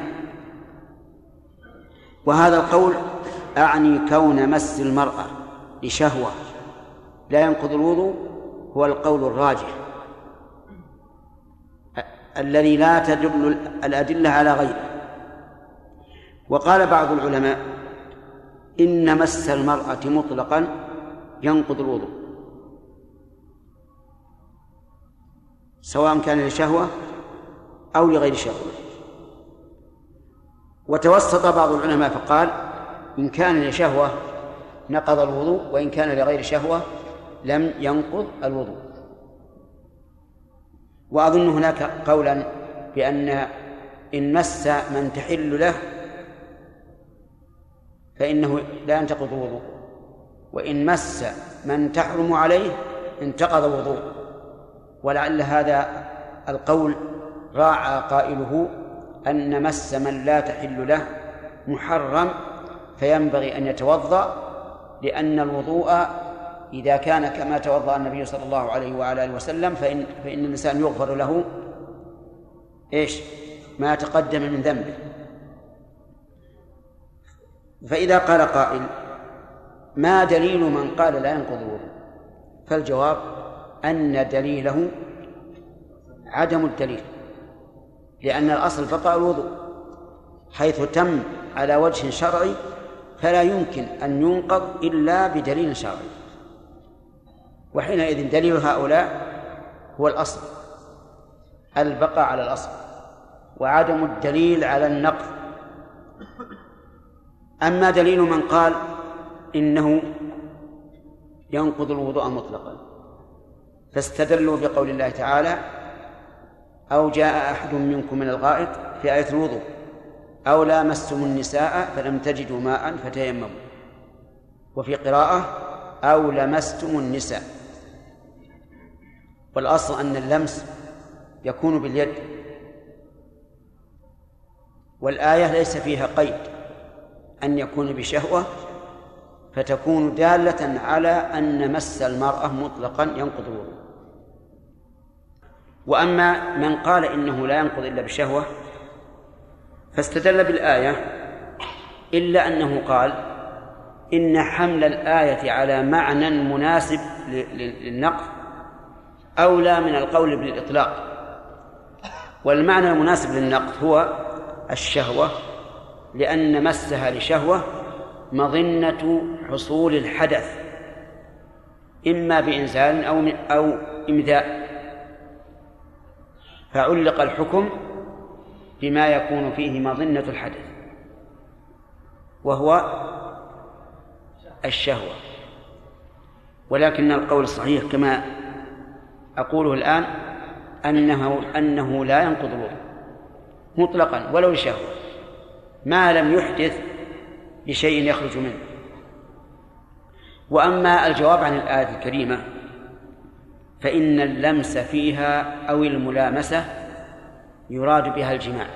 وهذا القول أعني كون مس المرأة لشهوة لا ينقض الوضوء هو القول الراجح الذي لا تدل الأدلة على غيره. وقال بعض العلماء إن مس المرأة مطلقا ينقض الوضوء سواء كان لشهوة أو لغير شهوة. وتوسط بعض العلماء فقال إن كان لشهوة نقض الوضوء، وإن كان لغير شهوة لم ينقض الوضوء. وأظن هناك قولا بأن إن مس من تحل له فإنه لا ينتقض الوضوء، وإن مس من تحرم عليه انتقض الوضوء. ولعل هذا القول راعى قائله أن مس من لا تحل له محرم فينبغي أن يتوضأ، لأن الوضوء إذا كان كما توضأ النبي صلى الله عليه وعلى آله وسلم فإن, فإن الإنسان يغفر له إيش ما تقدم من ذنبه. فإذا قال قائل ما دليل من قال لا ينقض الوضوء؟ فالجواب أن دليله عدم الدليل، لأن الأصل بقاء الوضوء، حيث تم على وجه شرعي فلا يمكن أن ينقض إلا بدليل شرعي، وحينئذ دليل هؤلاء هو الأصل، البقاء على الأصل وعدم الدليل على النقض. أما دليل من قال إنه ينقض الوضوء مطلقا فاستدلوا بقول الله تعالى: أو جاء أحد منكم من الغائط في آية الوضوء، أو لامستم النساء فلم تجدوا ماء فتيمموا، وفي قراءة أو لمستم النساء. والأصل أن اللمس يكون باليد، والآية ليس فيها قيد أن يكون بشهوة، فتكون دالة على أن مس المرأة مطلقا ينقض الوضوء. وأما من قال إنه لا ينقض إلا بشهوة فاستدل بالآية، إلا أنه قال إن حمل الآية على معنى مناسب للنقض أولى من القول بالإطلاق، والمعنى المناسب للنقض هو الشهوة، لأن مسها لشهوة مظنة حصول الحدث إما بإنزال أو أو إمداء، فعلق الحكم بما يكون فيه مظنة الحدث وهو الشهوة. ولكن القول الصحيح كما أقوله الآن أنه أنه لا ينقض الوضوء مطلقا ولو لشهوة ما لم يحدث بشيء يخرج منه. وأما الجواب عن الآية الكريمة فإن اللمس فيها أو الملامسة يراد بها الجماع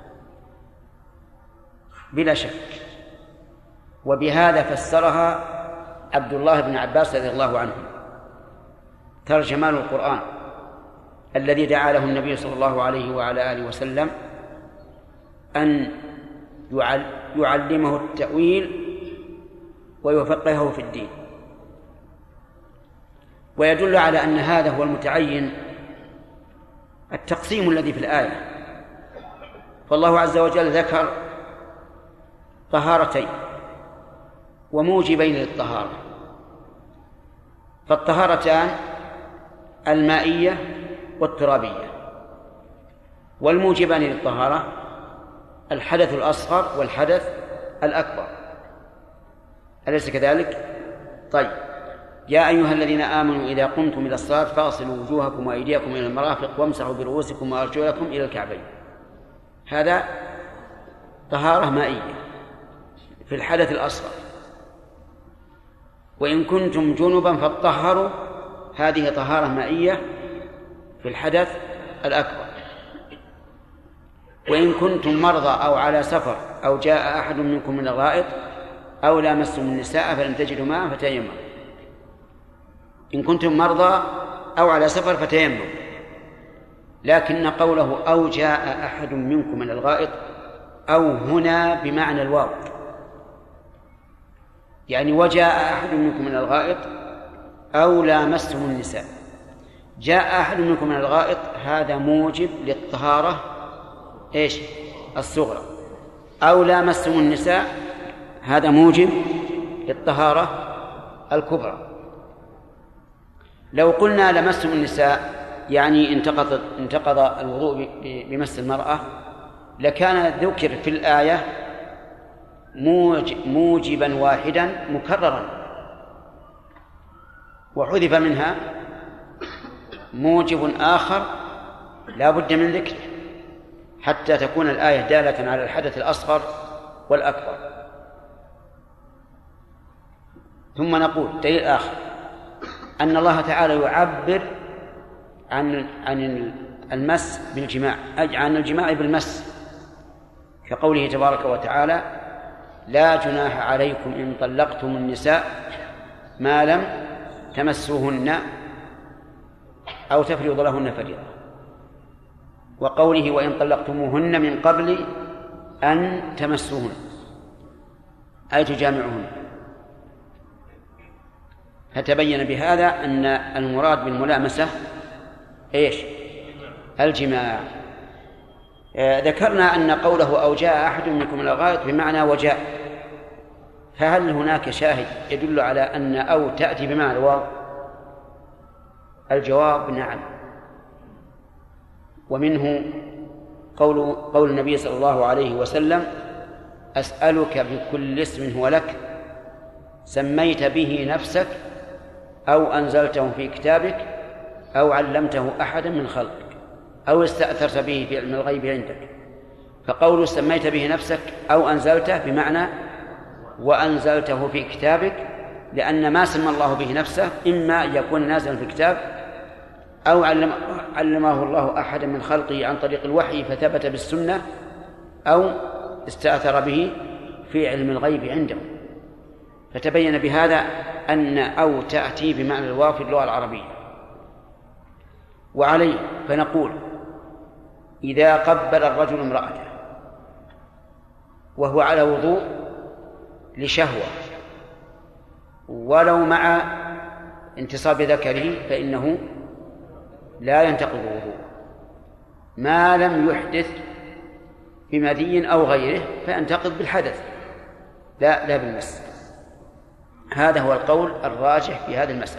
بلا شك، وبهذا فسرها عبد الله بن عباس رضي الله عنه ترجمان القرآن الذي دعا له النبي صلى الله عليه وعلى آله وسلم أن يعلمه التأويل ويفقهه في الدين. ويدل على أن هذا هو المتعين التقسيم الذي في الآية، فالله عز وجل ذكر طهارتين وموجبين للطهارة، فالطهارتان المائية والترابية، والموجبان للطهارة الحدث الأصغر والحدث الأكبر، أليس كذلك؟ طيب، يا أيها الذين آمنوا إذا قمتم إلى الصلاة فاغسلوا وجوهكم وأيديكم إلى المرافق وامسحوا برؤوسكم وأرجلكم إلى الكعبين. هذا طهارة مائية في الحدث الأصغر. وإن كنتم جنبا فاطهروا، هذه طهارة مائية في الحدث الأكبر. وإن كنتم مرضى أو على سفر أو جاء أحد منكم من الغائط أو لامستم النساء فلم تجدوا ماء فتيمموا. إن كنتم مرضى أو على سفر فتيمموا، لكن قوله أو جاء أحد منكم من الغائط أو هنا بمعنى الواو، يعني وجاء أحد منكم من الغائط أو لامستم النساء. جاء أحد منكم من الغائط هذا موجب للطهارة إيش؟ الصغرى. أو لامستم النساء هذا موجب للطهارة الكبرى. لو قلنا لمستم النساء يعني انتقض انتقض الوضوء بمس المرأة، لكان ذكر في الآية موجبا واحدا مكررا، وحذف منها موجب آخر لا بد من ذكره حتى تكون الآية دالة على الحدث الأصغر والأكبر. ثم نقول دليل آخر أن الله تعالى يعبر عن عن المس بالجماع، عن الجماع بالمس، كقوله تبارك وتعالى: لا جناح عليكم إن طلقتم النساء ما لم تمسوهن أو تفرضوا لهن فريضة. وقوله: وإن طلقتموهن من قبل أن تمسوهن أي تجامعهن. فتبين بهذا أن المراد بالملامسة إيش؟ الجماع. ذكرنا أن قوله أو جاء أحد منكم إلى الغائط بمعنى وجاء، فهل هناك شاهد يدل على أن أو تأتي بمعنى الواو؟ الجواب نعم، ومنه قول قول النبي صلى الله عليه وسلم: أسألك بكل اسم هو لك سميت به نفسك أو أنزلته في كتابك أو علمته أحدا من خلقك أو استأثرت به في علم الغيب عندك. فقول سميت به نفسك أو أنزلته بمعنى وأنزلته في كتابك، لأن ما سمى الله به نفسه إما أن يكون نازلا في الكتاب أو علم علمه الله أحدا من خلقه عن طريق الوحي فثبت بالسنة أو استأثر به في علم الغيب عنده. فتبين بهذا أن أو تأتي بمعنى الواو في اللغة العربية. وعليه فنقول: إذا قبل الرجل امرأته وهو على وضوء لشهوة ولو مع انتصاب ذكره فإنه لا ينتقض الوضوء ما لم يحدث بمذي أو غيره، فينتقض بالحدث لا لا بالمس. هذا هو القول الراجح في هذه المسألة.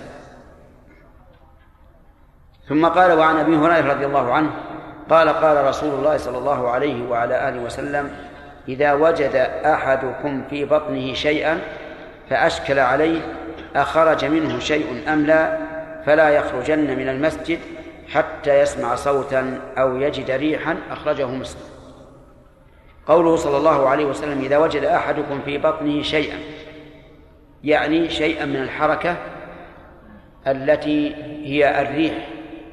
ثم قال: وعن أبي هريرة رضي الله عنه قال: قال رسول الله صلى الله عليه وعلى آله وسلم: إذا وجد أحدكم في بطنه شيئا فأشكل عليه أخرج منه شيء أم لا فلا يخرجن من المسجد حتى يسمع صوتا أو يجد ريحا. أخرجه مسلم. قوله صلى الله عليه وسلم: إذا وجد أحدكم في بطنه شيئا، يعني شيئا من الحركة التي هي الريح،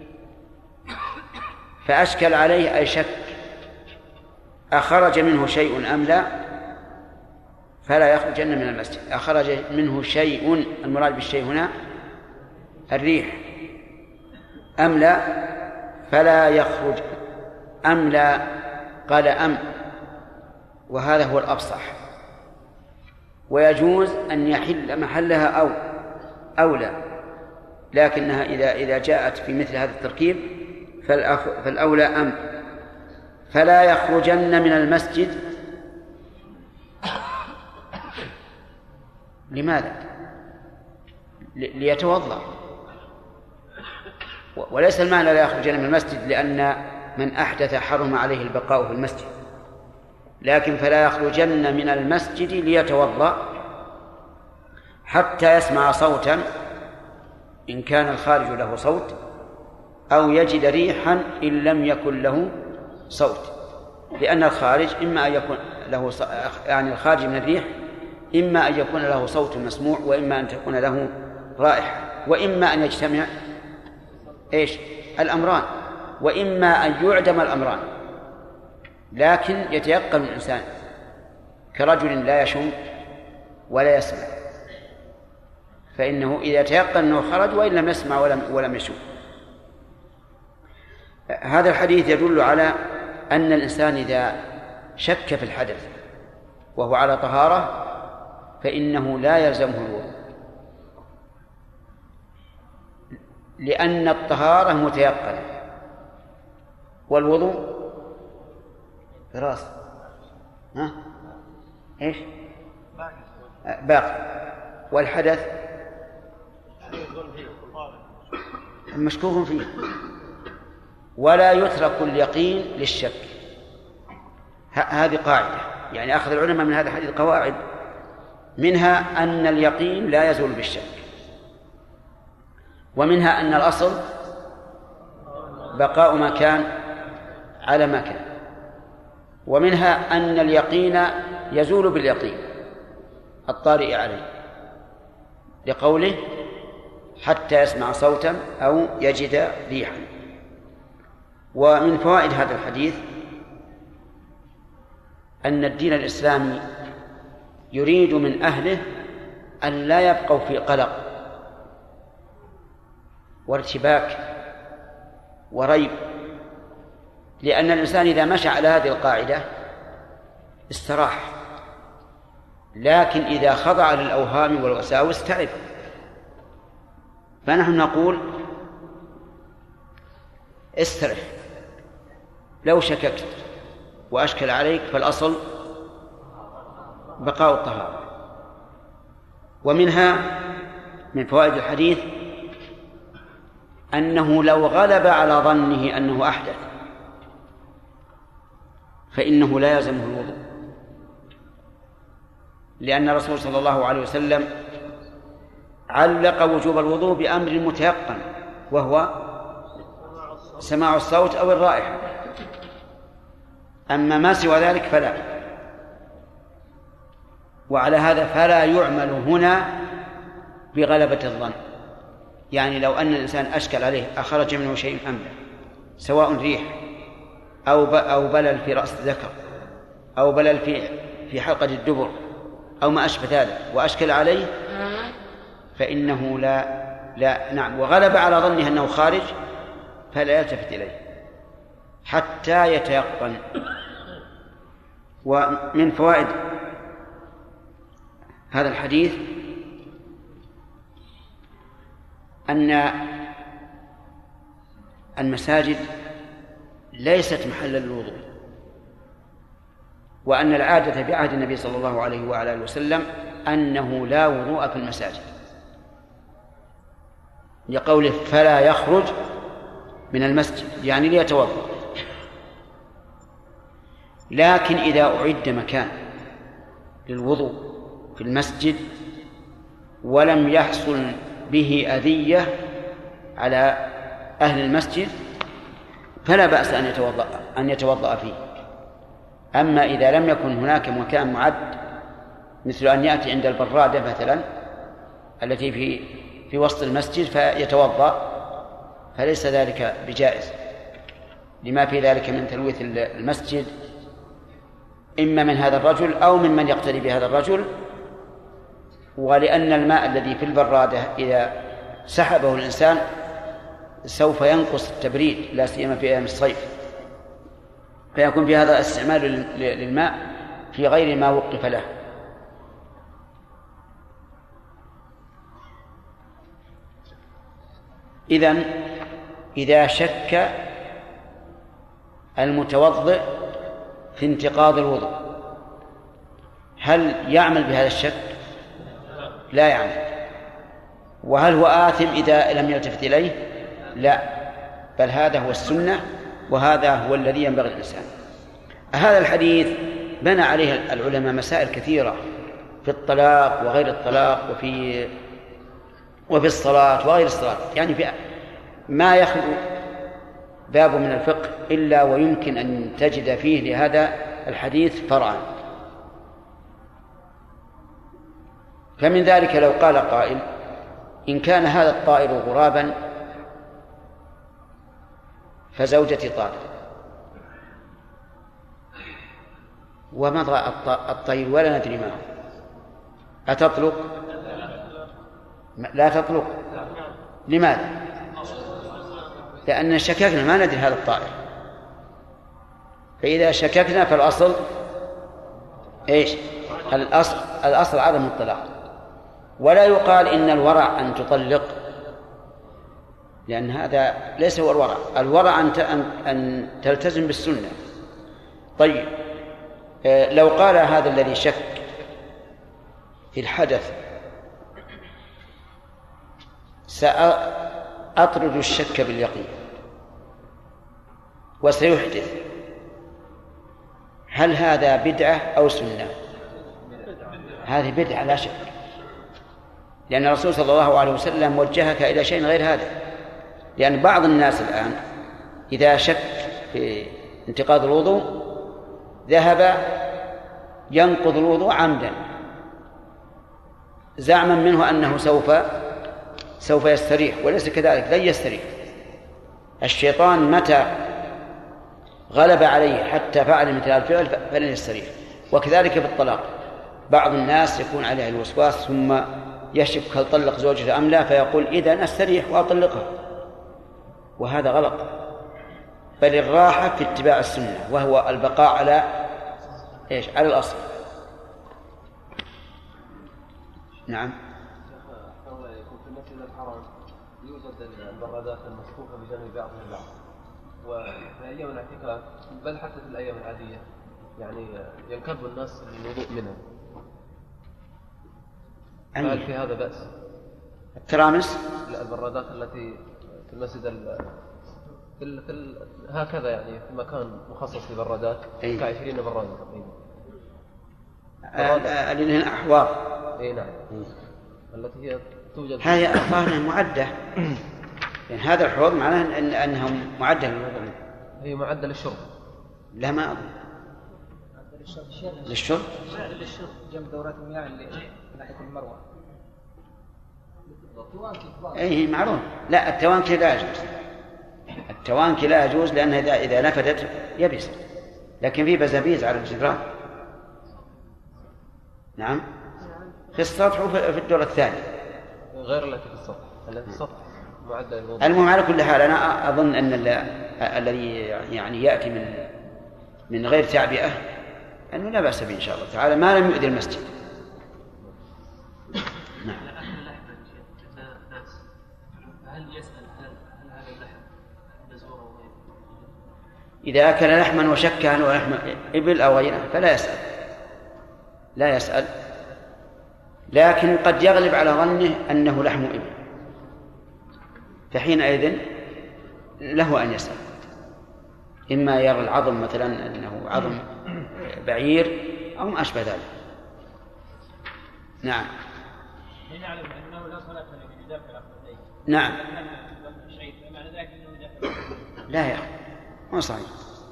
فأشكل عليه أي شك أخرج منه شيء أم لا فلا يخرجن من المسجد. أخرج منه شيء، المراد بالشيء هنا الريح، أم لا فلا يخرج. أم لا قال أم، وهذا هو الأفصح، ويجوز أن يحل محلها أو أو لا، لكنها إذا إذا جاءت في مثل هذا التركيب فالأولى أم. فلا يخرجن من المسجد. لماذا؟ ليتوضأ، وليس المعنى لا يخرجن من المسجد لأن من أحدث حرم عليه البقاء في المسجد، لكن فلا يخرجن من المسجد ليتوضأ حتى يسمع صوتا إن كان الخارج له صوت، أو يجد ريحا إن لم يكن له صوت، لأن الخارج إما أن يكون له ص... يعني الخارج من الريح إما أن يكون له صوت مسموع، وإما أن تكون له رائحة، وإما أن يجتمع إيش الأمران، وإما أن يعدم الأمران. لكن يتيقن الإنسان كرجل لا يشم ولا يسمع، فإنه إذا تيقن أنه خرج وإن لم يسمع ولم, ولم يشم. هذا الحديث يدل على أن الإنسان إذا شك في الحدث وهو على طهارة فإنه لا يلزمه الوضوء، لأن الطهارة متيقنة والوضوء براس ها إيش باقي، والحدث مشكوك فيه. ولا يترك اليقين للشك. هذه قاعدة، يعني أخذ العلماء من هذا الحديث قواعد، منها أن اليقين لا يزول بالشك، ومنها أن الأصل بقاء ما كان على ما كان، ومنها أن اليقين يزول باليقين الطارئ عليه، لقوله حتى يسمع صوتا أو يجد ريحا. ومن فوائد هذا الحديث أن الدين الإسلامي يريد من أهله أن لا يبقوا في قلق وارتباك وريب، لأن الإنسان إذا مشى على هذه القاعدة استراح، لكن إذا خضع للأوهام والوساوس تعب. فنحن نقول استرح، لو شككت وأشكل عليك فالأصل بقاء الطهارة. ومنها من فوائد الحديث أنه لو غلب على ظنه أنه أحدث فإنه لا يلزمه الوضوء، لأن الرسول صلى الله عليه وسلم علق وجوب الوضوء بأمر متيقن وهو سماع الصوت أو الرائحة، أما ما سوى ذلك فلا. وعلى هذا فلا يعمل هنا بغلبة الظن، يعني لو أن الإنسان أشكل عليه أخرج منه شيء أم لا، سواء ريح أو أو بلل في رأس الذكر أو بلل في في حلقة الدبر أو ما أشبه ذلك وأشكل عليه فإنه لا لا نعم وغلب على ظنه أنه خارج فلا يلتفت إليه حتى يتيقن. ومن فوائد هذا الحديث أن المساجد ليست محلا للوضوء، وأن العادة بعهد النبي صلى الله عليه وعلى آله وسلم أنه لا وضوء في المساجد، لقوله فلا يخرج من المسجد يعني ليتوضأ. لكن إذا أعد مكان للوضوء في المسجد ولم يحصل به أذية على أهل المسجد فلا بأس أن يتوضأ أن يتوضأ فيه. أما إذا لم يكن هناك مكان معد مثل أن يأتي عند البرادة مثلا التي في في وسط المسجد فيتوضأ فليس ذلك بجائز، لما في ذلك من تلويث المسجد إما من هذا الرجل أو من من يقتدي بهذا الرجل، ولأن الماء الذي في البرادة إذا سحبه الإنسان سوف ينقص التبريد لا سيما في أيام الصيف، فيكون في هذا استعمال للماء في غير ما وقف له. إذن إذا شك المتوضئ في انتقاض الوضوء هل يعمل بهذا الشك؟ لا يعمل. وهل هو آثم إذا لم يلتفت إليه؟ لا، بل هذا هو السنة وهذا هو الذي ينبغي الإنسان. هذا الحديث بنى عليه العلماء مسائل كثيرة في الطلاق وغير الطلاق وفي وفي الصلاة وغير الصلاة، يعني في ما يخلو باب من الفقه إلا ويمكن أن تجد فيه لهذا الحديث فرعا. فمن ذلك لو قال قائل إن كان هذا الطائر غرابا فزوجتي طائر، ومضى الطير ولا ندري ما هو، أتطلق؟ لا تطلق. لماذا؟ لأن شككنا ما ندري هذا الطائر، فإذا شككنا فالأصل إيش؟ الأصل الأصل عدم الطلاق. ولا يقال إن الورع أن تطلق، لأن هذا ليس هو الورع. الورع أن أن تلتزم بالسنة. طيب لو قال هذا الذي شك في الحدث سأطرد الشك باليقين وسيحدث، هل هذا بدعة أو سنة؟ هذه بدعة لا شك، لأن الرسول صلى الله عليه وسلم وجهك إلى شيء غير هذا. لأن بعض الناس الآن إذا شك في انتقاض الوضوء ذهب ينقض الوضوء عمدا زعما منه أنه سوف سوف يستريح، وليس كذلك، لن يستريح. الشيطان متى غلب عليه حتى فعل مثل الفعل فلن يستريح. وكذلك بالطلاق، بعض الناس يكون عليه الوسواس ثم يشك هل طلق زوجته أم لا، فيقول إذا أستريح وأطلقها، وهذا غلط. بل الراحة في اتباع السنة وهو البقاء على إيش؟ على الأصل. نعم. يكون في المسجد الحرام يوجد البرادات المصفوفة بجانب بعضها البعض، وفي أيام الاعتكاف بل حتى في الأيام العادية يعني ينكب الناس الوضوء منها، هل في هذا بأس؟ الترامس؟ لا، البرادات التي في المسجد ال... في, ال... في ال... هكذا يعني في مكان مخصص للبرادات كعشرين برادة تقريبا. اللي هنا أحواض. اي نعم. التي هي توجد هذه أظهرها معدة. يعني هذا الحوض معناه إن أنها معدة للوضوء. هي معدة للشرب. لا ما أظن. للشرب. للشرب جنب دورات المياه اللي ناحية المروة. أي معروف. لا التوانكي لا يجوز. التوانكي لا يجوز لأنها إذا إذا نفدت يبس. لكن في بزابيز على الجدران. نعم. في السطح وفي الدور الثاني. غير التي في السطح. التي في السطح معدل الوضوء. المهم على كل حال أنا أظن أن الذي يعني يأتي من من غير تعبئة أنه لا بأس به إن شاء الله تعالى ما لم يؤذي المسجد. نعم. هل يسأل هل هذا اللحم بزور أو غيره؟ إذا أكل لحما وشك هل هو لحم إبل أو غيره فلا يسأل. لا يسأل. لكن قد يغلب على ظنه أنه لحم إبل، فحينئذ له أن يسأل. إما يرى العظم مثلا أنه عظم بعير أو ما أشبه ذلك. نعم. نعلم أنه لا صلاة لمن يدافع الأخذين. نعم. لا يا أخي ما صحيح.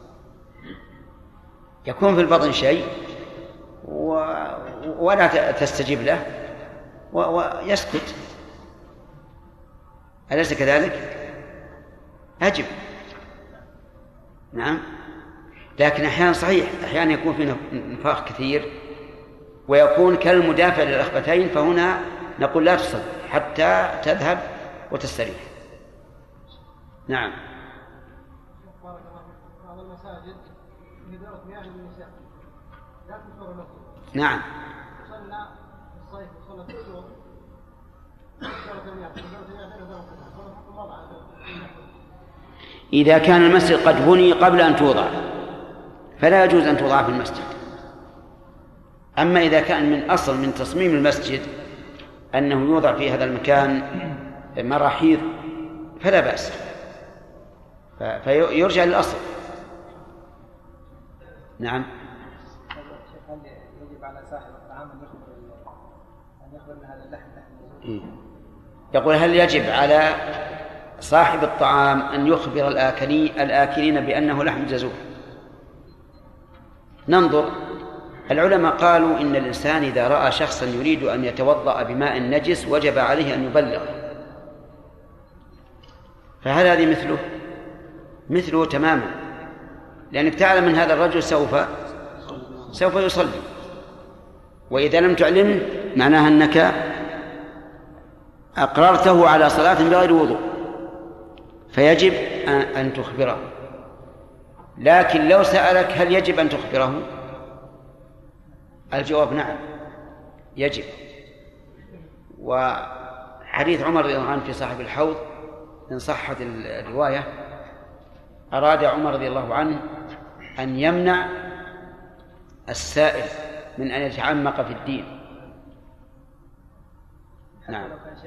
يكون في البطن شيء و... ولا تستجيب له و... ويسكت، أليس كذلك؟ أجب. نعم. لكن أحيانا صحيح أحيانا يكون في نفاخ كثير ويكون كالمدافع للرخبتين، فهنا نقول لا تصلي حتى تذهب وتستريح. نعم. بارك الله فيك. بعض المساجد إدارة مياه للنساء لا تنشر لهم. نعم. صلى في الصيف وصلى في الشهور إدارة مياه إدارة مياه إذا كان المسجد قد بني قبل أن توضع فلا يجوز أن توضع في المسجد. أما إذا كان من أصل من تصميم المسجد أنه يوضع في هذا المكان مراحيض فلا بأس، فيرجع للأصل. نعم. هل يجب على صاحب الطعام أن يخبر أن يخبر أن هذا اللحم لحم؟ يقول هل يجب على صاحب الطعام أن يخبر الآكلين بأنه لحم جزور؟ ننظر. العلماء قالوا إن الإنسان إذا رأى شخصا يريد أن يتوضأ بماء نجس وجب عليه أن يبلغ، فهل هذه مثله؟ مثله تماما، لأنك تعلم أن هذا الرجل سوف سوف يصلي، وإذا لم تعلمه معناها أنك أقررته على صلاة بغير وضوء، فيجب أن تخبره. لكن لو سألك هل يجب أن تخبره؟ الجواب نعم يجب. وحديث عمر رضي الله عنه في صاحب الحوض إن صحت الرواية أراد عمر رضي الله عنه أن يمنع السائل من أن يتعمق في الدين. نعم.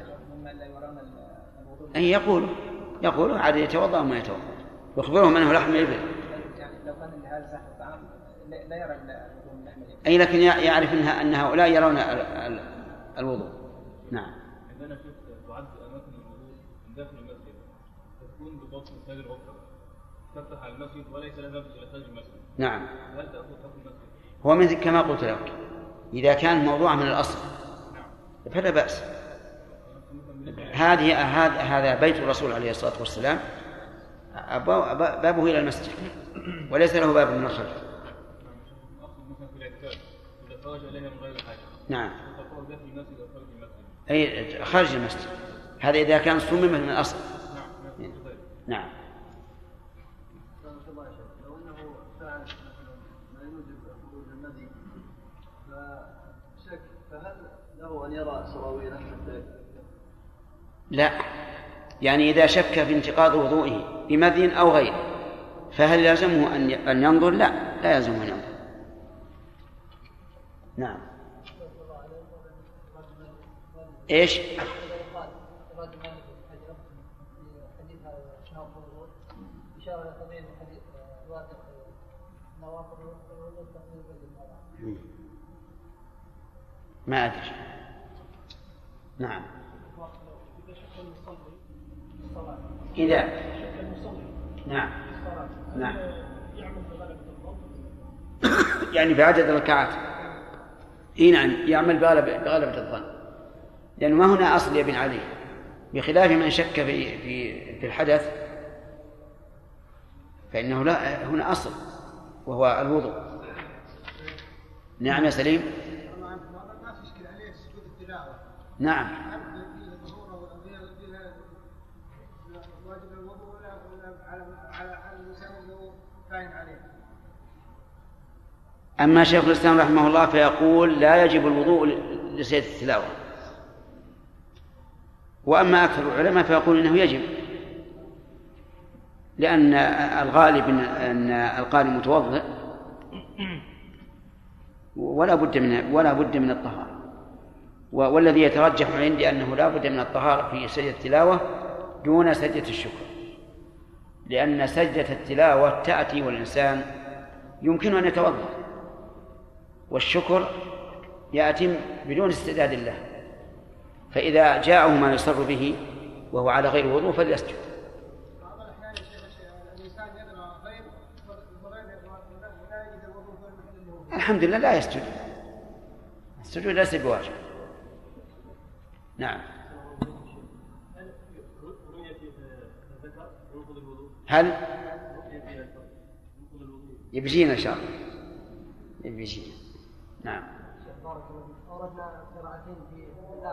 أن يقول يقول عاد يتوضأ وما يتوضأ، يخبرهم أنه لحم إبل. لو كان لهذا صاحب الطعام لا يرى لحم الإبل. أي لكن يعرف أنها أن هؤلاء يرون الوضوء. نعم. عندنا شفت تعد أماكن الوضوء من داخل المسجد تكون بطاقة مساجد أخرى تفتح على المسجد وليس لها باب إلى خارج المسجد. نعم. هل تأخذ حكم المسجد؟ هو مثل كما قلت لك إذا كان موضوع من الأصل فلا بأس. هذه هذا بيت الرسول عليه الصلاة والسلام بابه إلى المسجد وليس له باب من الخلف. نعم. أي خارج المسجد، هذا إذا كان صمم من الأصل. نعم. لو أنه فعل ما يوجب خروج المذي فشك، فهل له أن يرى سراويله حتى؟ لا، يعني إذا شك في انتقاض وضوئه بمذي أو غيره فهل يلزمه أن ينظر؟ لا، لا يلزمه أن ينظر. نعم. إيش؟ ما أدري. نعم. إذا نعم نعم يعني بعدد الركعات. إيه نعم، يعمل بغلبة الظن، لأنه ما هنا أصل يبني عليه، بخلاف من شك في في في الحدث فإنه لا، هنا أصل وهو الوضوء. نعم يا سليم. نعم. أما شيخ الإسلام رحمه الله فيقول لا يجب الوضوء لسيد التلاوة، وأما أكثر العلماء فيقول إنه يجب، لأن الغالب أن القارئ متوضئ ولا بد من ولا بد من الطهارة، والذي يترجح عندي أنه لا بد من الطهارة في سجدة التلاوة دون سجدة الشكر، لأن سجدة التلاوة تأتي والإنسان يمكن أن يتوضأ، والشكر يأتي بدون استعداد له، فإذا جاءه ما يصر به وهو على غير وضوء فليسجد. الحمد لله لا يسجد، السجود ليس بواجب. نعم. هل يبجينا إن شاء الله يبجينا. نعم. أردنا قراءتين في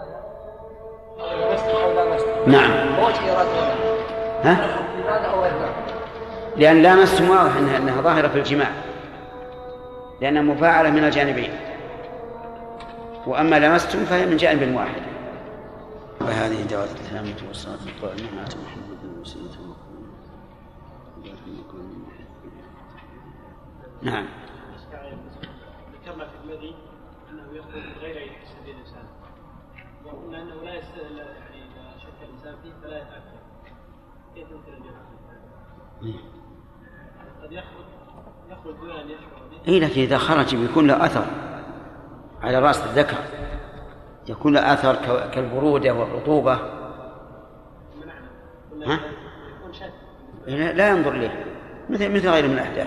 الآية. نعم. ها؟ لأن لامستم واضح أنها ظاهرة في الجماع، لأنها مفاعلة من الجانبين، وأما لمستم فهي من جانب واحد. وهذه دعوة السلامة والصلاة والسلام على محمد وسلم. نعم. ذكرنا في الماضي أنه يخرج غير يحسب الإنسان، وقلنا أنه لا يستدل، يعني إذا شك الإنسان فيه فلا يتأكد. كيف يمكن أن يفعل؟ قد يخرج يخرج دون أن يشعر به. إيه، لكن إذا خرج بيكون له أثر على رأس الذكر، يكون له أثر كالبرودة والرطوبة. ها؟ لا ينظر ليه مثل مثل غير من الأحداث.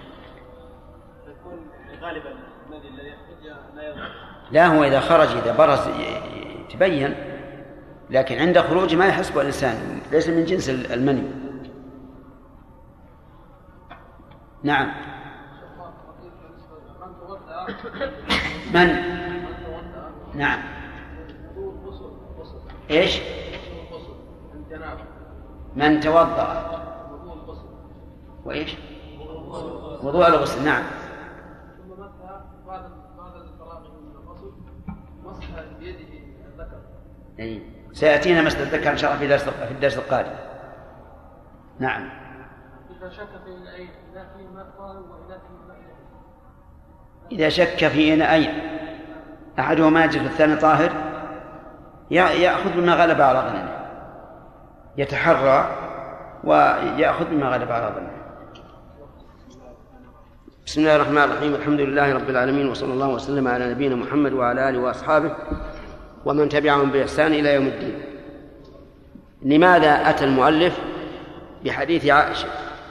غالبا الذي يخرج لا يظهر. لا، هو إذا خرج إذا برز تبين، لكن عند خروج ما يحسبه الإنسان، ليس من جنس المني. نعم. من؟ نعم. إيش؟ من توضأ وإيش؟ وضوء الغسل. نعم. أي سيأتينا مسألة الذكر إن شاء الله في درس في الدرس القادم. نعم. إذا شك في العين لا في ماء طاهر ولا في ماء، إذا شك في إناءين أحدهما نجس والثاني طاهر يأخذ بما غلب على ظنه، يتحرى ويأخذ بما غلب على ظنه. بسم الله الرحمن الرحيم. الحمد لله رب العالمين، وصلى الله وسلم على نبينا محمد وعلى آله وأصحابه ومن تبعهم بإحسان إلى يوم الدين. لماذا أتى المؤلف بحديث عائشة؟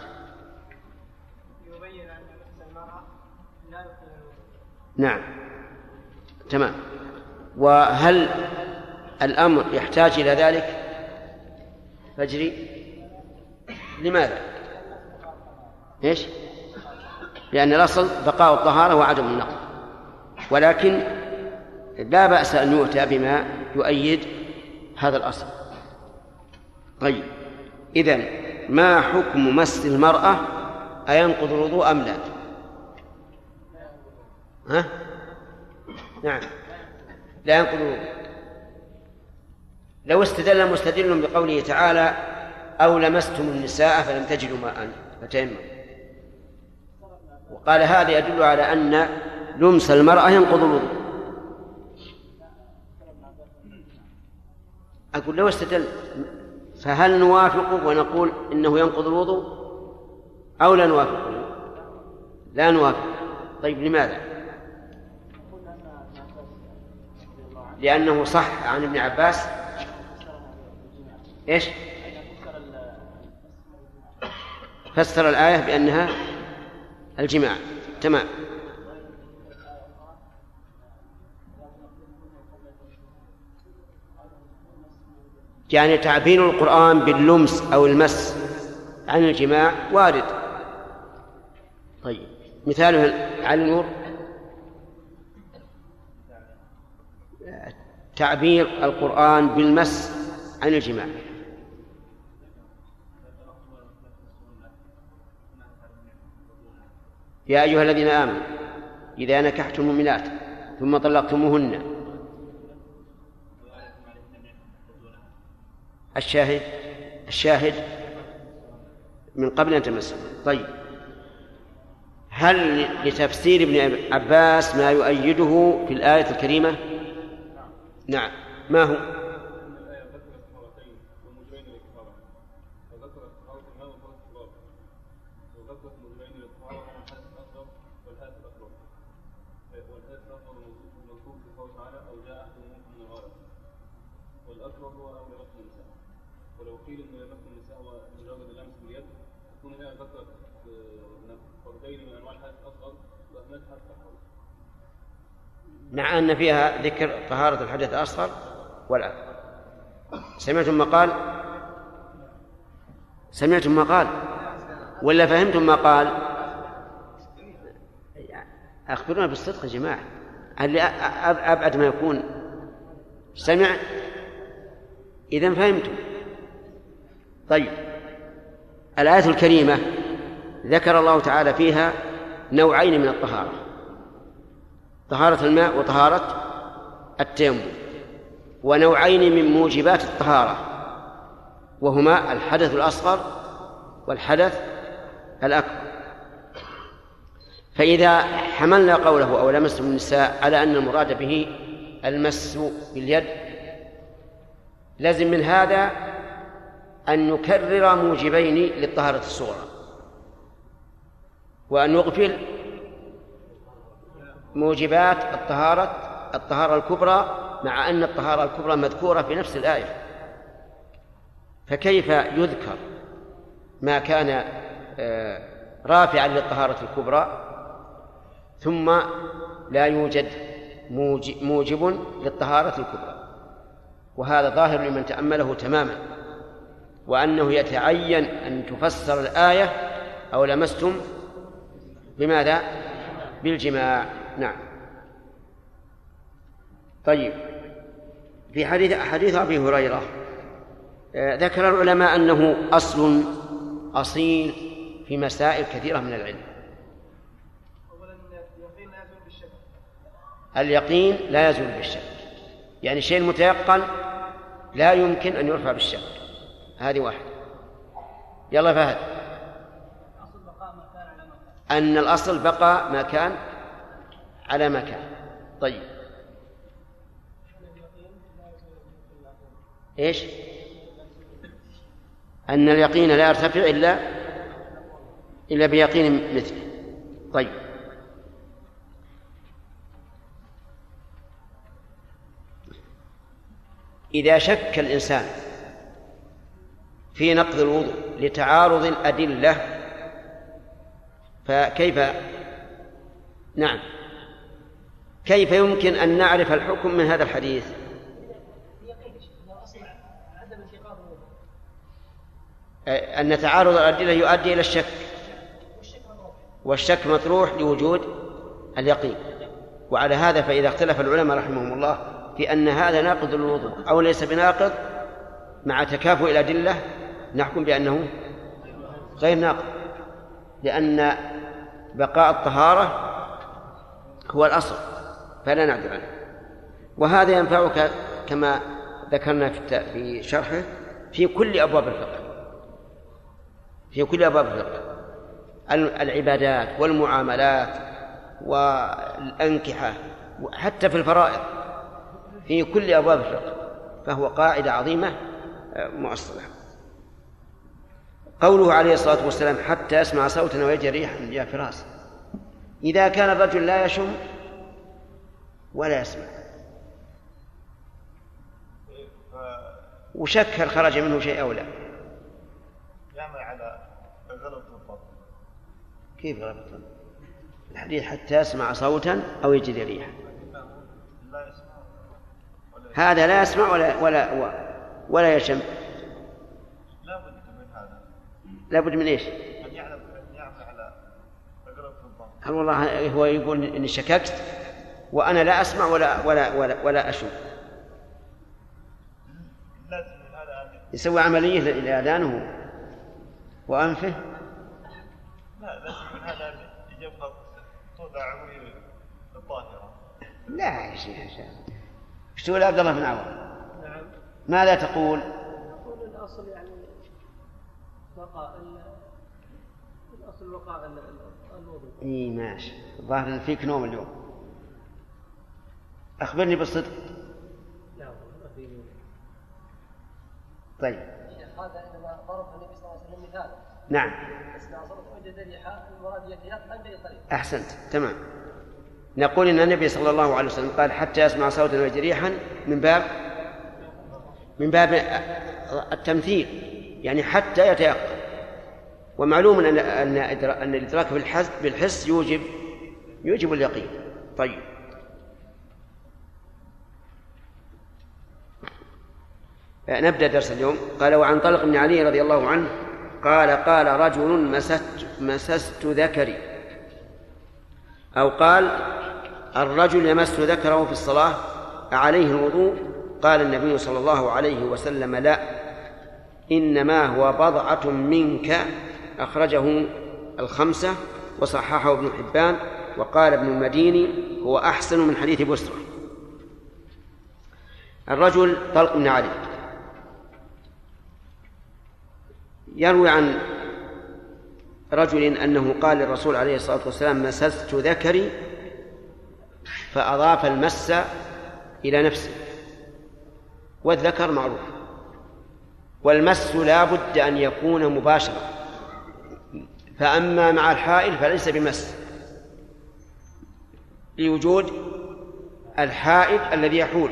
نعم تمام. وهل الأمر يحتاج إلى ذلك؟ فجري. لماذا؟ إيش؟ لأن الأصل بقاء الطهارة وعدم النقض، ولكن لا بأس أن يؤتى بما يؤيد هذا الأصل. طيب، إذن ما حكم مس المرأة؟ أينقض الوضوء أم لا؟ ها؟ نعم، لا ينقض الوضوء. لو استدل مستدل بقوله تعالى أو لمستم النساء فلم تجدوا ماء فتيمموا، وقال هذا يدل على أن لمس المرأة ينقض الوضوء. أقول لو استدل فهل نوافقه ونقول إنه ينقض الوضوء أو لا نوافقه؟ لا نوافق. طيب لماذا؟ لأنه صح عن ابن عباس إيش؟ فسر الآية بأنها الجماع. تمام. يعني تعبير القرآن باللمس أو المس عن الجماع وارد. طيب مثاله على النور تعبير القرآن بالمس عن الجماع. يا أيها الذين آمنوا إذا نكحتم المؤمنات ثم طلقتموهن. الشاهد الشاهد من قبل أن تمسوا. طيب هل لتفسير ابن عباس ما يؤيده في الآية الكريمة؟ نعم. ما هو؟ مع أن فيها ذكر طهارة الحدث الأصغر والأكبر. سمعتم ما قال؟ سمعتم ما قال ولا فهمتم ما قال؟ أخبرونا بالصدق يا جماعة. اللي أبعد ما يكون سمع إذن فهمتم. طيب الآية الكريمة ذكر الله تعالى فيها نوعين من الطهارة: طهارة الماء وطهارة التيمم، ونوعين من موجبات الطهارة وهما الحدث الأصغر والحدث الأكبر. فإذا حملنا قوله أو لمستم النساء على أن المراد به المس باليد لازم من هذا أن نكرر موجبين للطهارة الصغرى وأن نغفل موجبات الطهارة الطهارة الكبرى، مع أن الطهارة الكبرى مذكورة في نفس الآية. فكيف يذكر ما كان رافعا للطهارة الكبرى ثم لا يوجد موجب للطهارة الكبرى؟ وهذا ظاهر لمن تأمله تماما، وأنه يتعين أن تفسر الآية أو لمستم بماذا؟ بالجماع. نعم. طيب في حديث حديث أبي هريرة ذكر العلماء أنه أصل أصيل في مسائل كثيرة من العلم. اليقين لا يزول بالشك، يعني شيء متيقن لا يمكن أن يرفع بالشك. هذه واحدة. يلا فهد. أن الأصل بقى ما كان على ما كان. طيب إيش؟ أن اليقين لا يرتفع إلا إلا بيقين مثله. طيب إذا شك الإنسان في نقض الوضوء لتعارض الأدلة فكيف نعم كيف يمكن أن نعرف الحكم من هذا الحديث؟ أن تعارض الأدلة يؤدي إلى الشك، والشك مطروح لوجود اليقين. وعلى هذا فإذا اختلف العلماء رحمهم الله في أن هذا ناقض للوضوء أو ليس بناقض مع تكافؤ الأدلة نحكم بأنه غير ناقض، لأن بقاء الطهارة هو الأصل فلا نعدل عنه. وهذا ينفعك كما ذكرنا في شرحه في كل أبواب الفقه، في كل أبواب الفقه. العبادات والمعاملات والأنكحة حتى في الفرائض في كل أبواب الفقه، فهو قاعدة عظيمة مؤصلة. قوله عليه الصلاة والسلام حتى يسمع صوتا ويجري ريحا جاء في راسه، إذا كان الرجل لا يشم ولا يسمع وشك هل خرج منه شيء أو لا، يعمل على غلبة الضبط. كيف غلبة الضبط؟ الحديث حتى يسمع صوتا أو يجري ريحا، هذا لا يسمع ولا ولا ولا يشم. لا بد من هذا. لا بد من إيش؟ أن يعلم يعمل على غلبة الضبط. هل والله هو يقول إني شككت وأنا لا أسمع ولا ولا ولا, ولا أشم، لازم من هذا أن يسوي عملية لآذانه وأنفه. لا لازم من هذا أن يبقى توضع عمري الظاهرة. لا يا شيخ ايش تقول عبد الله بن عوض؟ نعم. ماذا تقول؟ أقول الأصل يعني بقاء الأصل بقاء الوضوء. إيه ماشي، الظاهر إن فيك نوم اليوم. أخبرني بالصدق. لا ما في نوم. طيب. شيخ هذا إنما ضرب النبي صلى الله عليه وسلم مثال. نعم. اسمع صوت وجد ريحة المراد يتيقن بأي طريق. أحسنت تمام. نقول إن النبي صلى الله عليه وسلم قال حتى يسمع صوتا ويجري ريحا من باب من باب التمثيل، يعني حتى يتيقن. ومعلوم أن أن أن الإدراك بالحس بالحس يوجب يوجب اليقين. طيب. نبدأ درس اليوم. قال وعن طلق بن علي رضي الله عنه قال قال رجل مسست مسست ذكري، أو قال الرجل يمس ذكره في الصلاة أعليه الوضوء؟ قال النبي صلى الله عليه وسلم لا، إنما هو بضعة منك. أخرجه الخمسة وصححه ابن حبان، وقال ابن المديني هو أحسن من حديث بسرة. الرجل طلق بن علي يروي عن رجل أنه قال للرسول عليه الصلاة والسلام مسست ذكري، فأضاف المس إلى نفسه، والذكر معروف، والمس لا بد أن يكون مباشرا، فأما مع الحائل فليس بمس لوجود الحائل الذي يحول.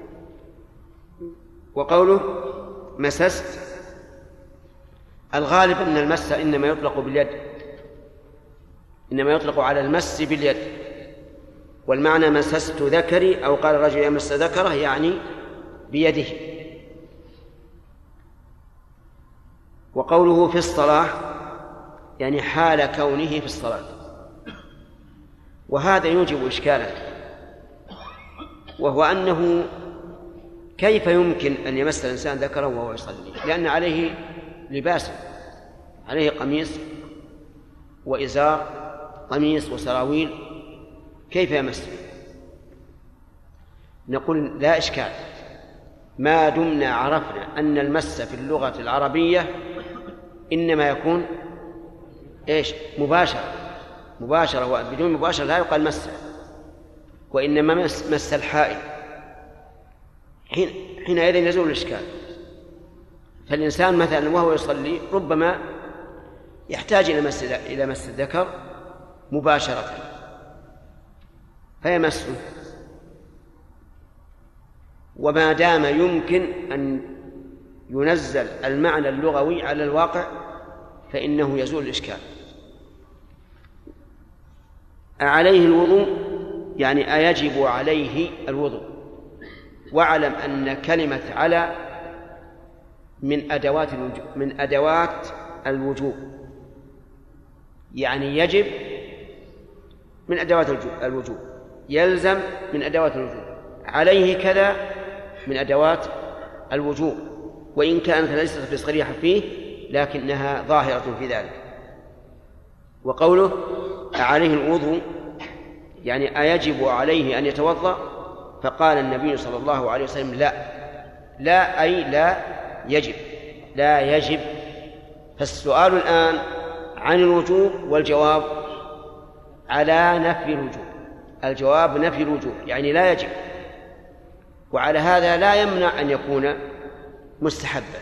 وقوله مسست الغالب أن المس إنما يطلق باليد، إنما يطلق على المس باليد، والمعنى مسست ذكري، أو قال الرجل يمس ذكره يعني بيده. وقوله في الصلاة يعني حال كونه في الصلاة، وهذا يوجب إشكالا، وهو أنه كيف يمكن أن يمس الإنسان ذكره وهو يصلي؟ لأن عليه لباس، عليه قميص وإزار، قميص وسراويل، كيف يمس؟ نقول لا إشكال ما دمنا عرفنا أن المس في اللغة العربية إنما يكون إيش؟ مباشرة، مباشرة، وبدون مباشرة لا يقال مس، وإنما مس, مس الحائل. حين حينئذ يزول الإشكال. فالإنسان مثلا وهو يصلي ربما يحتاج إلى مس إلى مس الذكر مباشرة فيمسه، وما دام يمكن أن ينزل المعنى اللغوي على الواقع فإنه يزول الإشكال. أعليه الوضوء يعني أيجب عليه الوضوء، واعلم أن كلمة على من أدوات الوجوب، من أدوات الوجوب، يعني يجب من أدوات الوجوب، يلزم من أدوات الوجوب، عليه كذا من أدوات الوجوب، وإن كانت ليست بصريحة فيه لكنها ظاهرة في ذلك. وقوله عليه الوضوء يعني أيجب عليه أن يتوضأ؟ فقال النبي صلى الله عليه وسلم لا، لا أي لا يجب، لا يجب. فالسؤال الآن عن الوجوب، والجواب على نفي الوجوب. الجواب نفي الوجوب يعني لا يجب، وعلى هذا لا يمنع أن يكون مستحبا.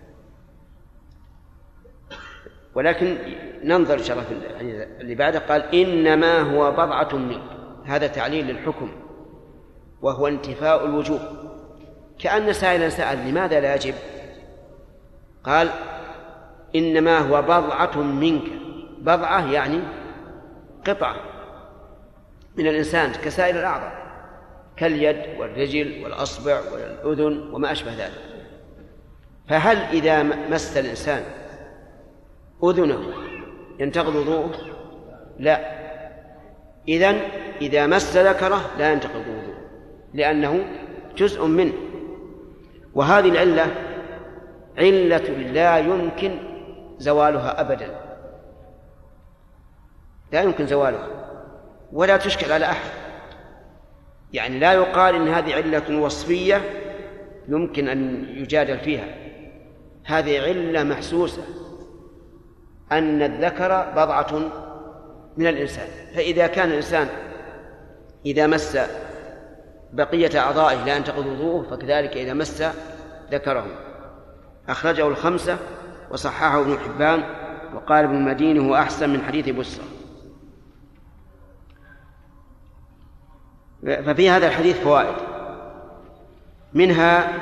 ولكن ننظر إن شاء الله في اللي بعده. قال إنما هو بضعة منك، هذا تعليل للحكم وهو انتفاء الوجوب. كأن سائلا سأل لماذا لا يجب؟ قال إنما هو بضعة منك. بضعة يعني قطعة من الإنسان كسائر الأعضاء، كاليد والرجل والأصبع والأذن وما أشبه ذلك. فهل إذا مس الإنسان أذنه ينتقض وضوءه؟ لا. إذن إذا مس ذكره لا ينتقض وضوءه لأنه جزء منه. وهذه العلة علة لا يمكن زوالها أبدا، لا يمكن زوالها ولا تشكل على أحد. يعني لا يقال إن هذه علة وصفية يمكن أن يجادل فيها، هذه علة محسوسة أن الذكر بضعة من الإنسان. فإذا كان الإنسان إذا مس بقية أعضائه لا ينتقض وضوءه، فكذلك إذا مس ذكره. أخرجه الخمسة وصححه ابن حبان وقال ابن المديني هو أحسن من حديث بسرى. ففي هذا الحديث فوائد، منها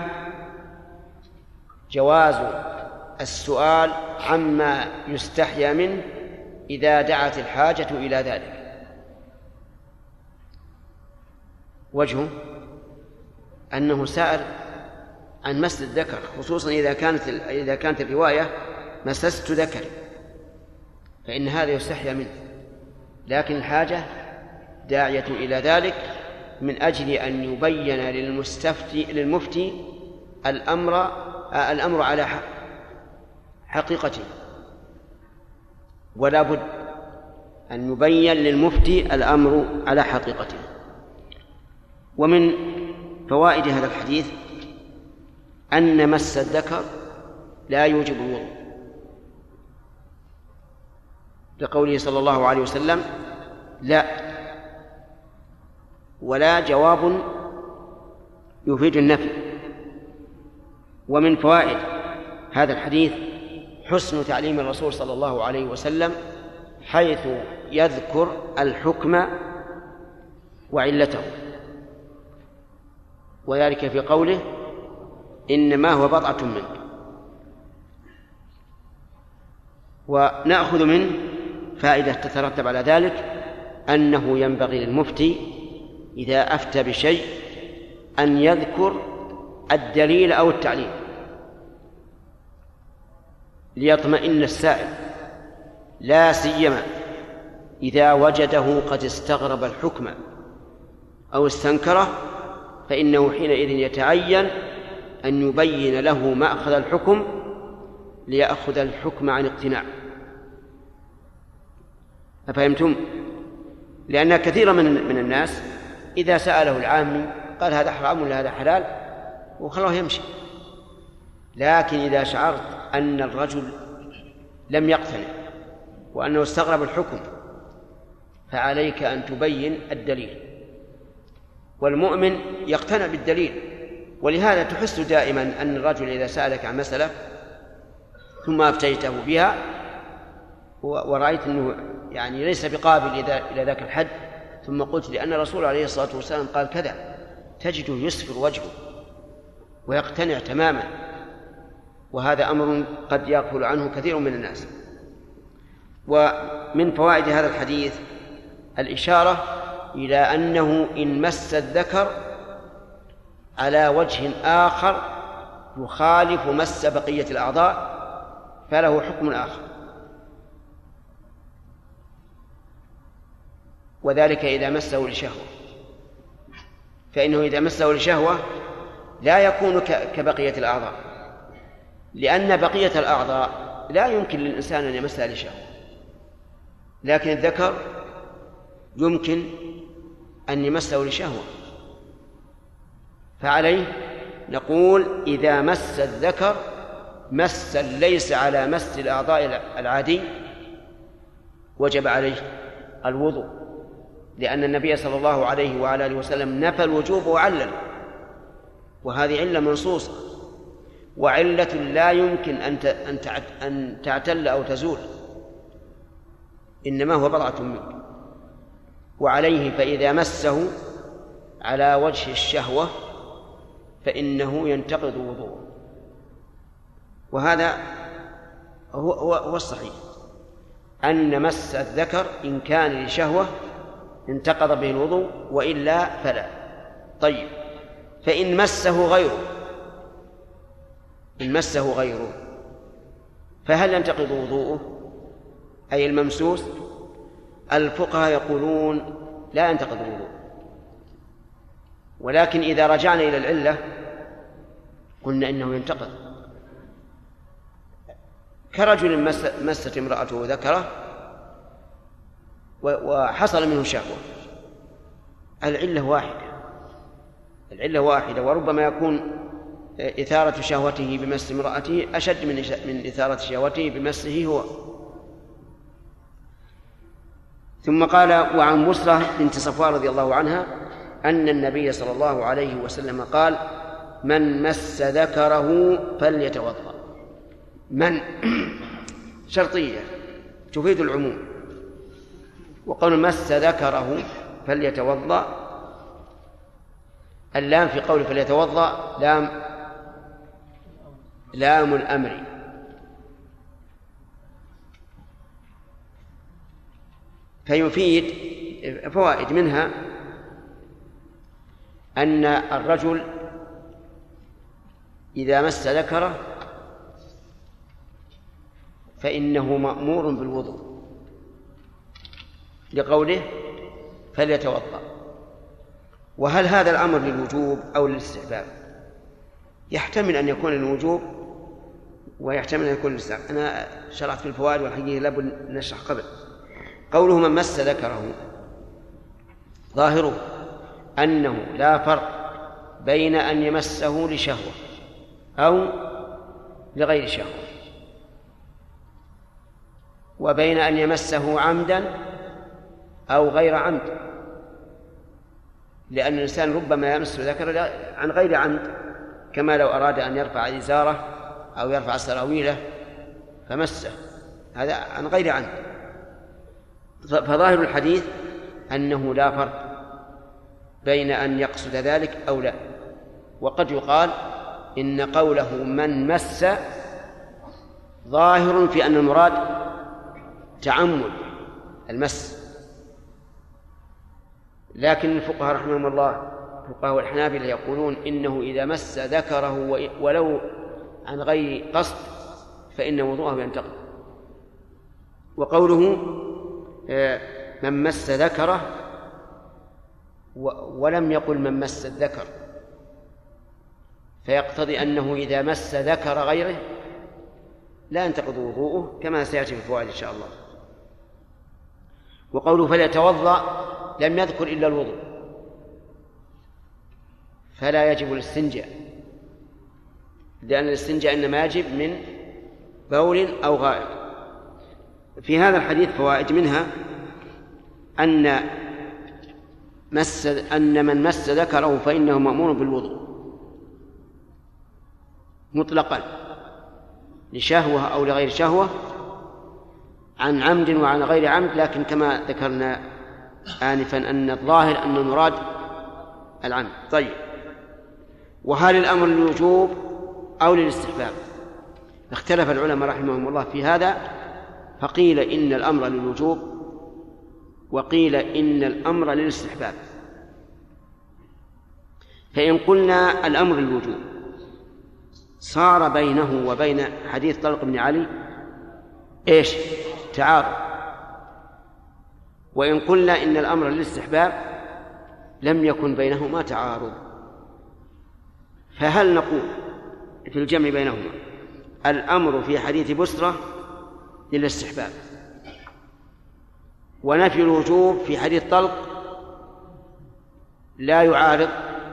جواز السؤال عما يستحيا منه إذا دعت الحاجة إلى ذلك. وجهه أنه سأل عن مس الذكر، خصوصا إذا كانت إذا كانت الرواية مسست ذكري، فإن هذا يستحيا منه، لكن الحاجة داعية إلى ذلك من أجل أن يبين للمستفتي للمفتي الأمر الأمر على حقيقته، ولا بد أن يبين للمفتي الأمر على حقيقته. ومن فوائد هذا الحديث أن مس الذكر لا يوجب الوضوء، لقوله صلى الله عليه وسلم لا، ولا جواب يفيد النفي. ومن فوائد هذا الحديث حسن تعليم الرسول صلى الله عليه وسلم، حيث يذكر الحكم وعلته، وذلك في قوله إنما هو بضعة منك. ونأخذ منه فائدة تترتب على ذلك أنه ينبغي للمفتي إذا أفتى بشيء أن يذكر الدليل أو التعليل ليطمئن السائل، لا سيما إذا وجده قد استغرب الحكم أو استنكره، فإنه حينئذ يتعين أن يبين له مأخذ الحكم ليأخذ الحكم عن اقتناع. أفهمتم؟ لأن كثيرا من من الناس إذا سأله العامي قال هذا حرام ولا هذا حلال وخلاه يمشي. لكن إذا شعرت أن الرجل لم يقتنع وأنه استغرب الحكم فعليك أن تبين الدليل، والمؤمن يقتنع بالدليل. ولهذا تحس دائما أن الرجل إذا سألك عن مسألة ثم أفتيته بها ورأيت أنه يعني ليس بقابل إلى ذاك الحد، ثم قلت لأن الرسول عليه الصلاة والسلام قال كذا، تجده يسفر وجهه ويقتنع تماما، وهذا أمر قد يغفل عنه كثير من الناس. ومن فوائد هذا الحديث الإشارة إلى أنه إن مس الذكر على وجه آخر يخالف مس بقية الأعضاء فله حكم آخر، وذلك إذا مسه لشهوة، فإنه إذا مسه لشهوة لا يكون كبقية الأعضاء، لأن بقية الأعضاء لا يمكن للإنسان أن يمسها لشهوة، لكن الذكر يمكن أن يمسه لشهوة، فعليه نقول إذا مس الذكر مسا ليس على مس الأعضاء العادي وجب عليه الوضوء، لأن النبي صلى الله عليه وعلى آله وسلم نفى الوجوب وعلل، وهذه علة منصوصة، وعلة لا يمكن أن تعتل أو تزول، إنما هو بضعة منك. وعليه فإذا مسه على وجه الشهوة فإنه ينتقض وضوءه، وهذا هو, هو, هو الصحيح، أن مس الذكر إن كان لشهوة انتقض به الوضوء، وإلا فلا. طيب، فإن مسه غيره إن مسه غيره فهل ينتقض وضوءه أي الممسوس؟ الفقهاء يقولون لا ينتقض الوضوء، ولكن إذا رجعنا إلى العلة قلنا إنه ينتقض، كرجل مست امرأته ذكره وحصل منه شهوة، العلة واحدة العلة واحدة وربما يكون إثارة شهوته بمس امرأته أشد من إثارة شهوته بمسه هو. ثم قال: وعن بسرة بنت صفوان رضي الله عنها أن النبي صلى الله عليه وسلم قال: من مس ذكره فليتوضأ. من شرطية تفيد العموم، وقول مس ذكره فليتوضأ، اللام في قول فليتوضأ لام لام الأمر، فيفيد فوائد، منها أن الرجل إذا مس ذكره فإنه مأمور بالوضوء لقوله فليتوضأ. وهل هذا الأمر للوجوب أو للاستحباب؟ يحتمل أن يكون للوجوب ويحتمل أن يكون للاستحباب. أنا شرحت في الفوائد والحقيقة لابد نشرح قبل. قوله من مس ذكره ظاهره أنه لا فرق بين أن يمسه لشهوة أو لغير شهوة، وبين أن يمسه عمدا أو غير عمد، لأن الإنسان ربما يمس ذكر عن غير عمد، كما لو أراد أن يرفع إزاره أو يرفع سراويله فمسه، هذا عن غير عمد. فظاهر الحديث أنه لا فرق بين أن يقصد ذلك أو لا. وقد يقال إن قوله من مس ظاهر في أن المراد تعمد المس، لكن الفقهاء رحمهم الله فقهاء الحنابلة يقولون إنه إذا مس ذكره ولو عن غير قصد فإن وضوءه ينتقض. وقوله من مس ذكره ولم يقل من مس الذكر، فيقتضي أنه إذا مس ذكر غيره لا ينتقض وضوءه كما سيأتي في الفوائد إن شاء الله. وقوله فليتوضأ لم يذكر إلا الوضوء، فلا يجب الاستنجاء، لأن الاستنجاء إنما يجب من بول أو غائط. في هذا الحديث فوائد، منها أن مس أن من مس ذكره فإنه مأمور بالوضوء مطلقا لشهوة أو لغير شهوة، عن عمد وعن غير عمد، لكن كما ذكرنا آنفا أن الظاهر أن المراد العمد. طيب، وهل الأمر للوجوب أو للاستحباب؟ اختلف العلماء رحمهم الله في هذا، فقيل إن الأمر للوجوب وقيل إن الأمر للاستحباب. فإن قلنا الأمر للوجوب صار بينه وبين حديث طلق بن علي إيش؟ تعارض. وإن قلنا إن الأمر للاستحباب لم يكن بينهما تعارض. فهل نقول في الجمع بينهما الأمر في حديث بسرة للاستحباب ونفي الوجوب في حديث طلق لا يعارض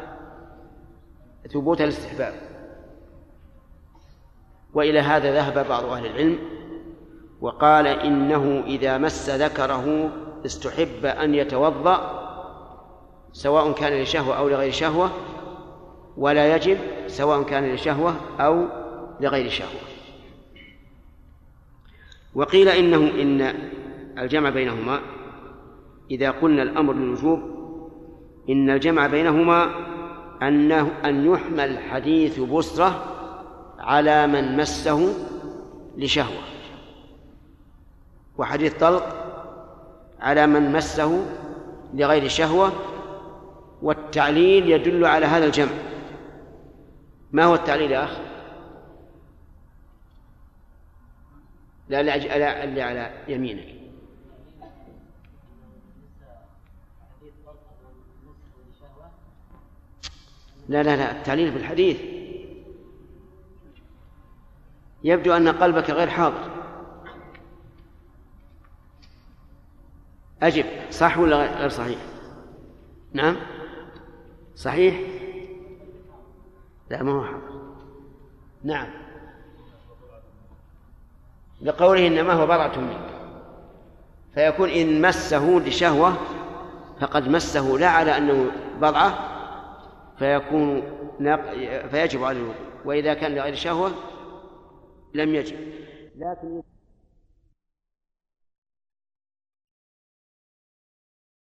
ثبوت الاستحباب؟ وإلى هذا ذهب بعض أهل العلم، وقال إنه إذا مس ذكره استحب أن يتوضأ سواء كان لشهوة أو لغير شهوة، ولا يجب سواء كان لشهوة أو لغير شهوة. وقيل إنه إن الجمع بينهما إذا قلنا الأمر للوجوب إن الجمع بينهما أنه أن يحمل حديث بصرة على من مسه لشهوة، وحديث طلق على من مسه لغير شهوة، والتعليل يدل على هذا الجمع. ما هو التعليل يا أخ؟ لا لا اللي على يمينك. لا لا لا التعليل بالحديث. يبدو أن قلبك غير حاضر. أجب، صح ولا غير صحيح؟ نعم صحيح. لا ما هو حاضر. نعم لقوله إنما هو بضعة منك، فيكون إن مسه لشهوة فقد مسه لا على أنه بضعة فيكون فيجب عليه، وإذا كان لغير شهوة لم يجب. لكن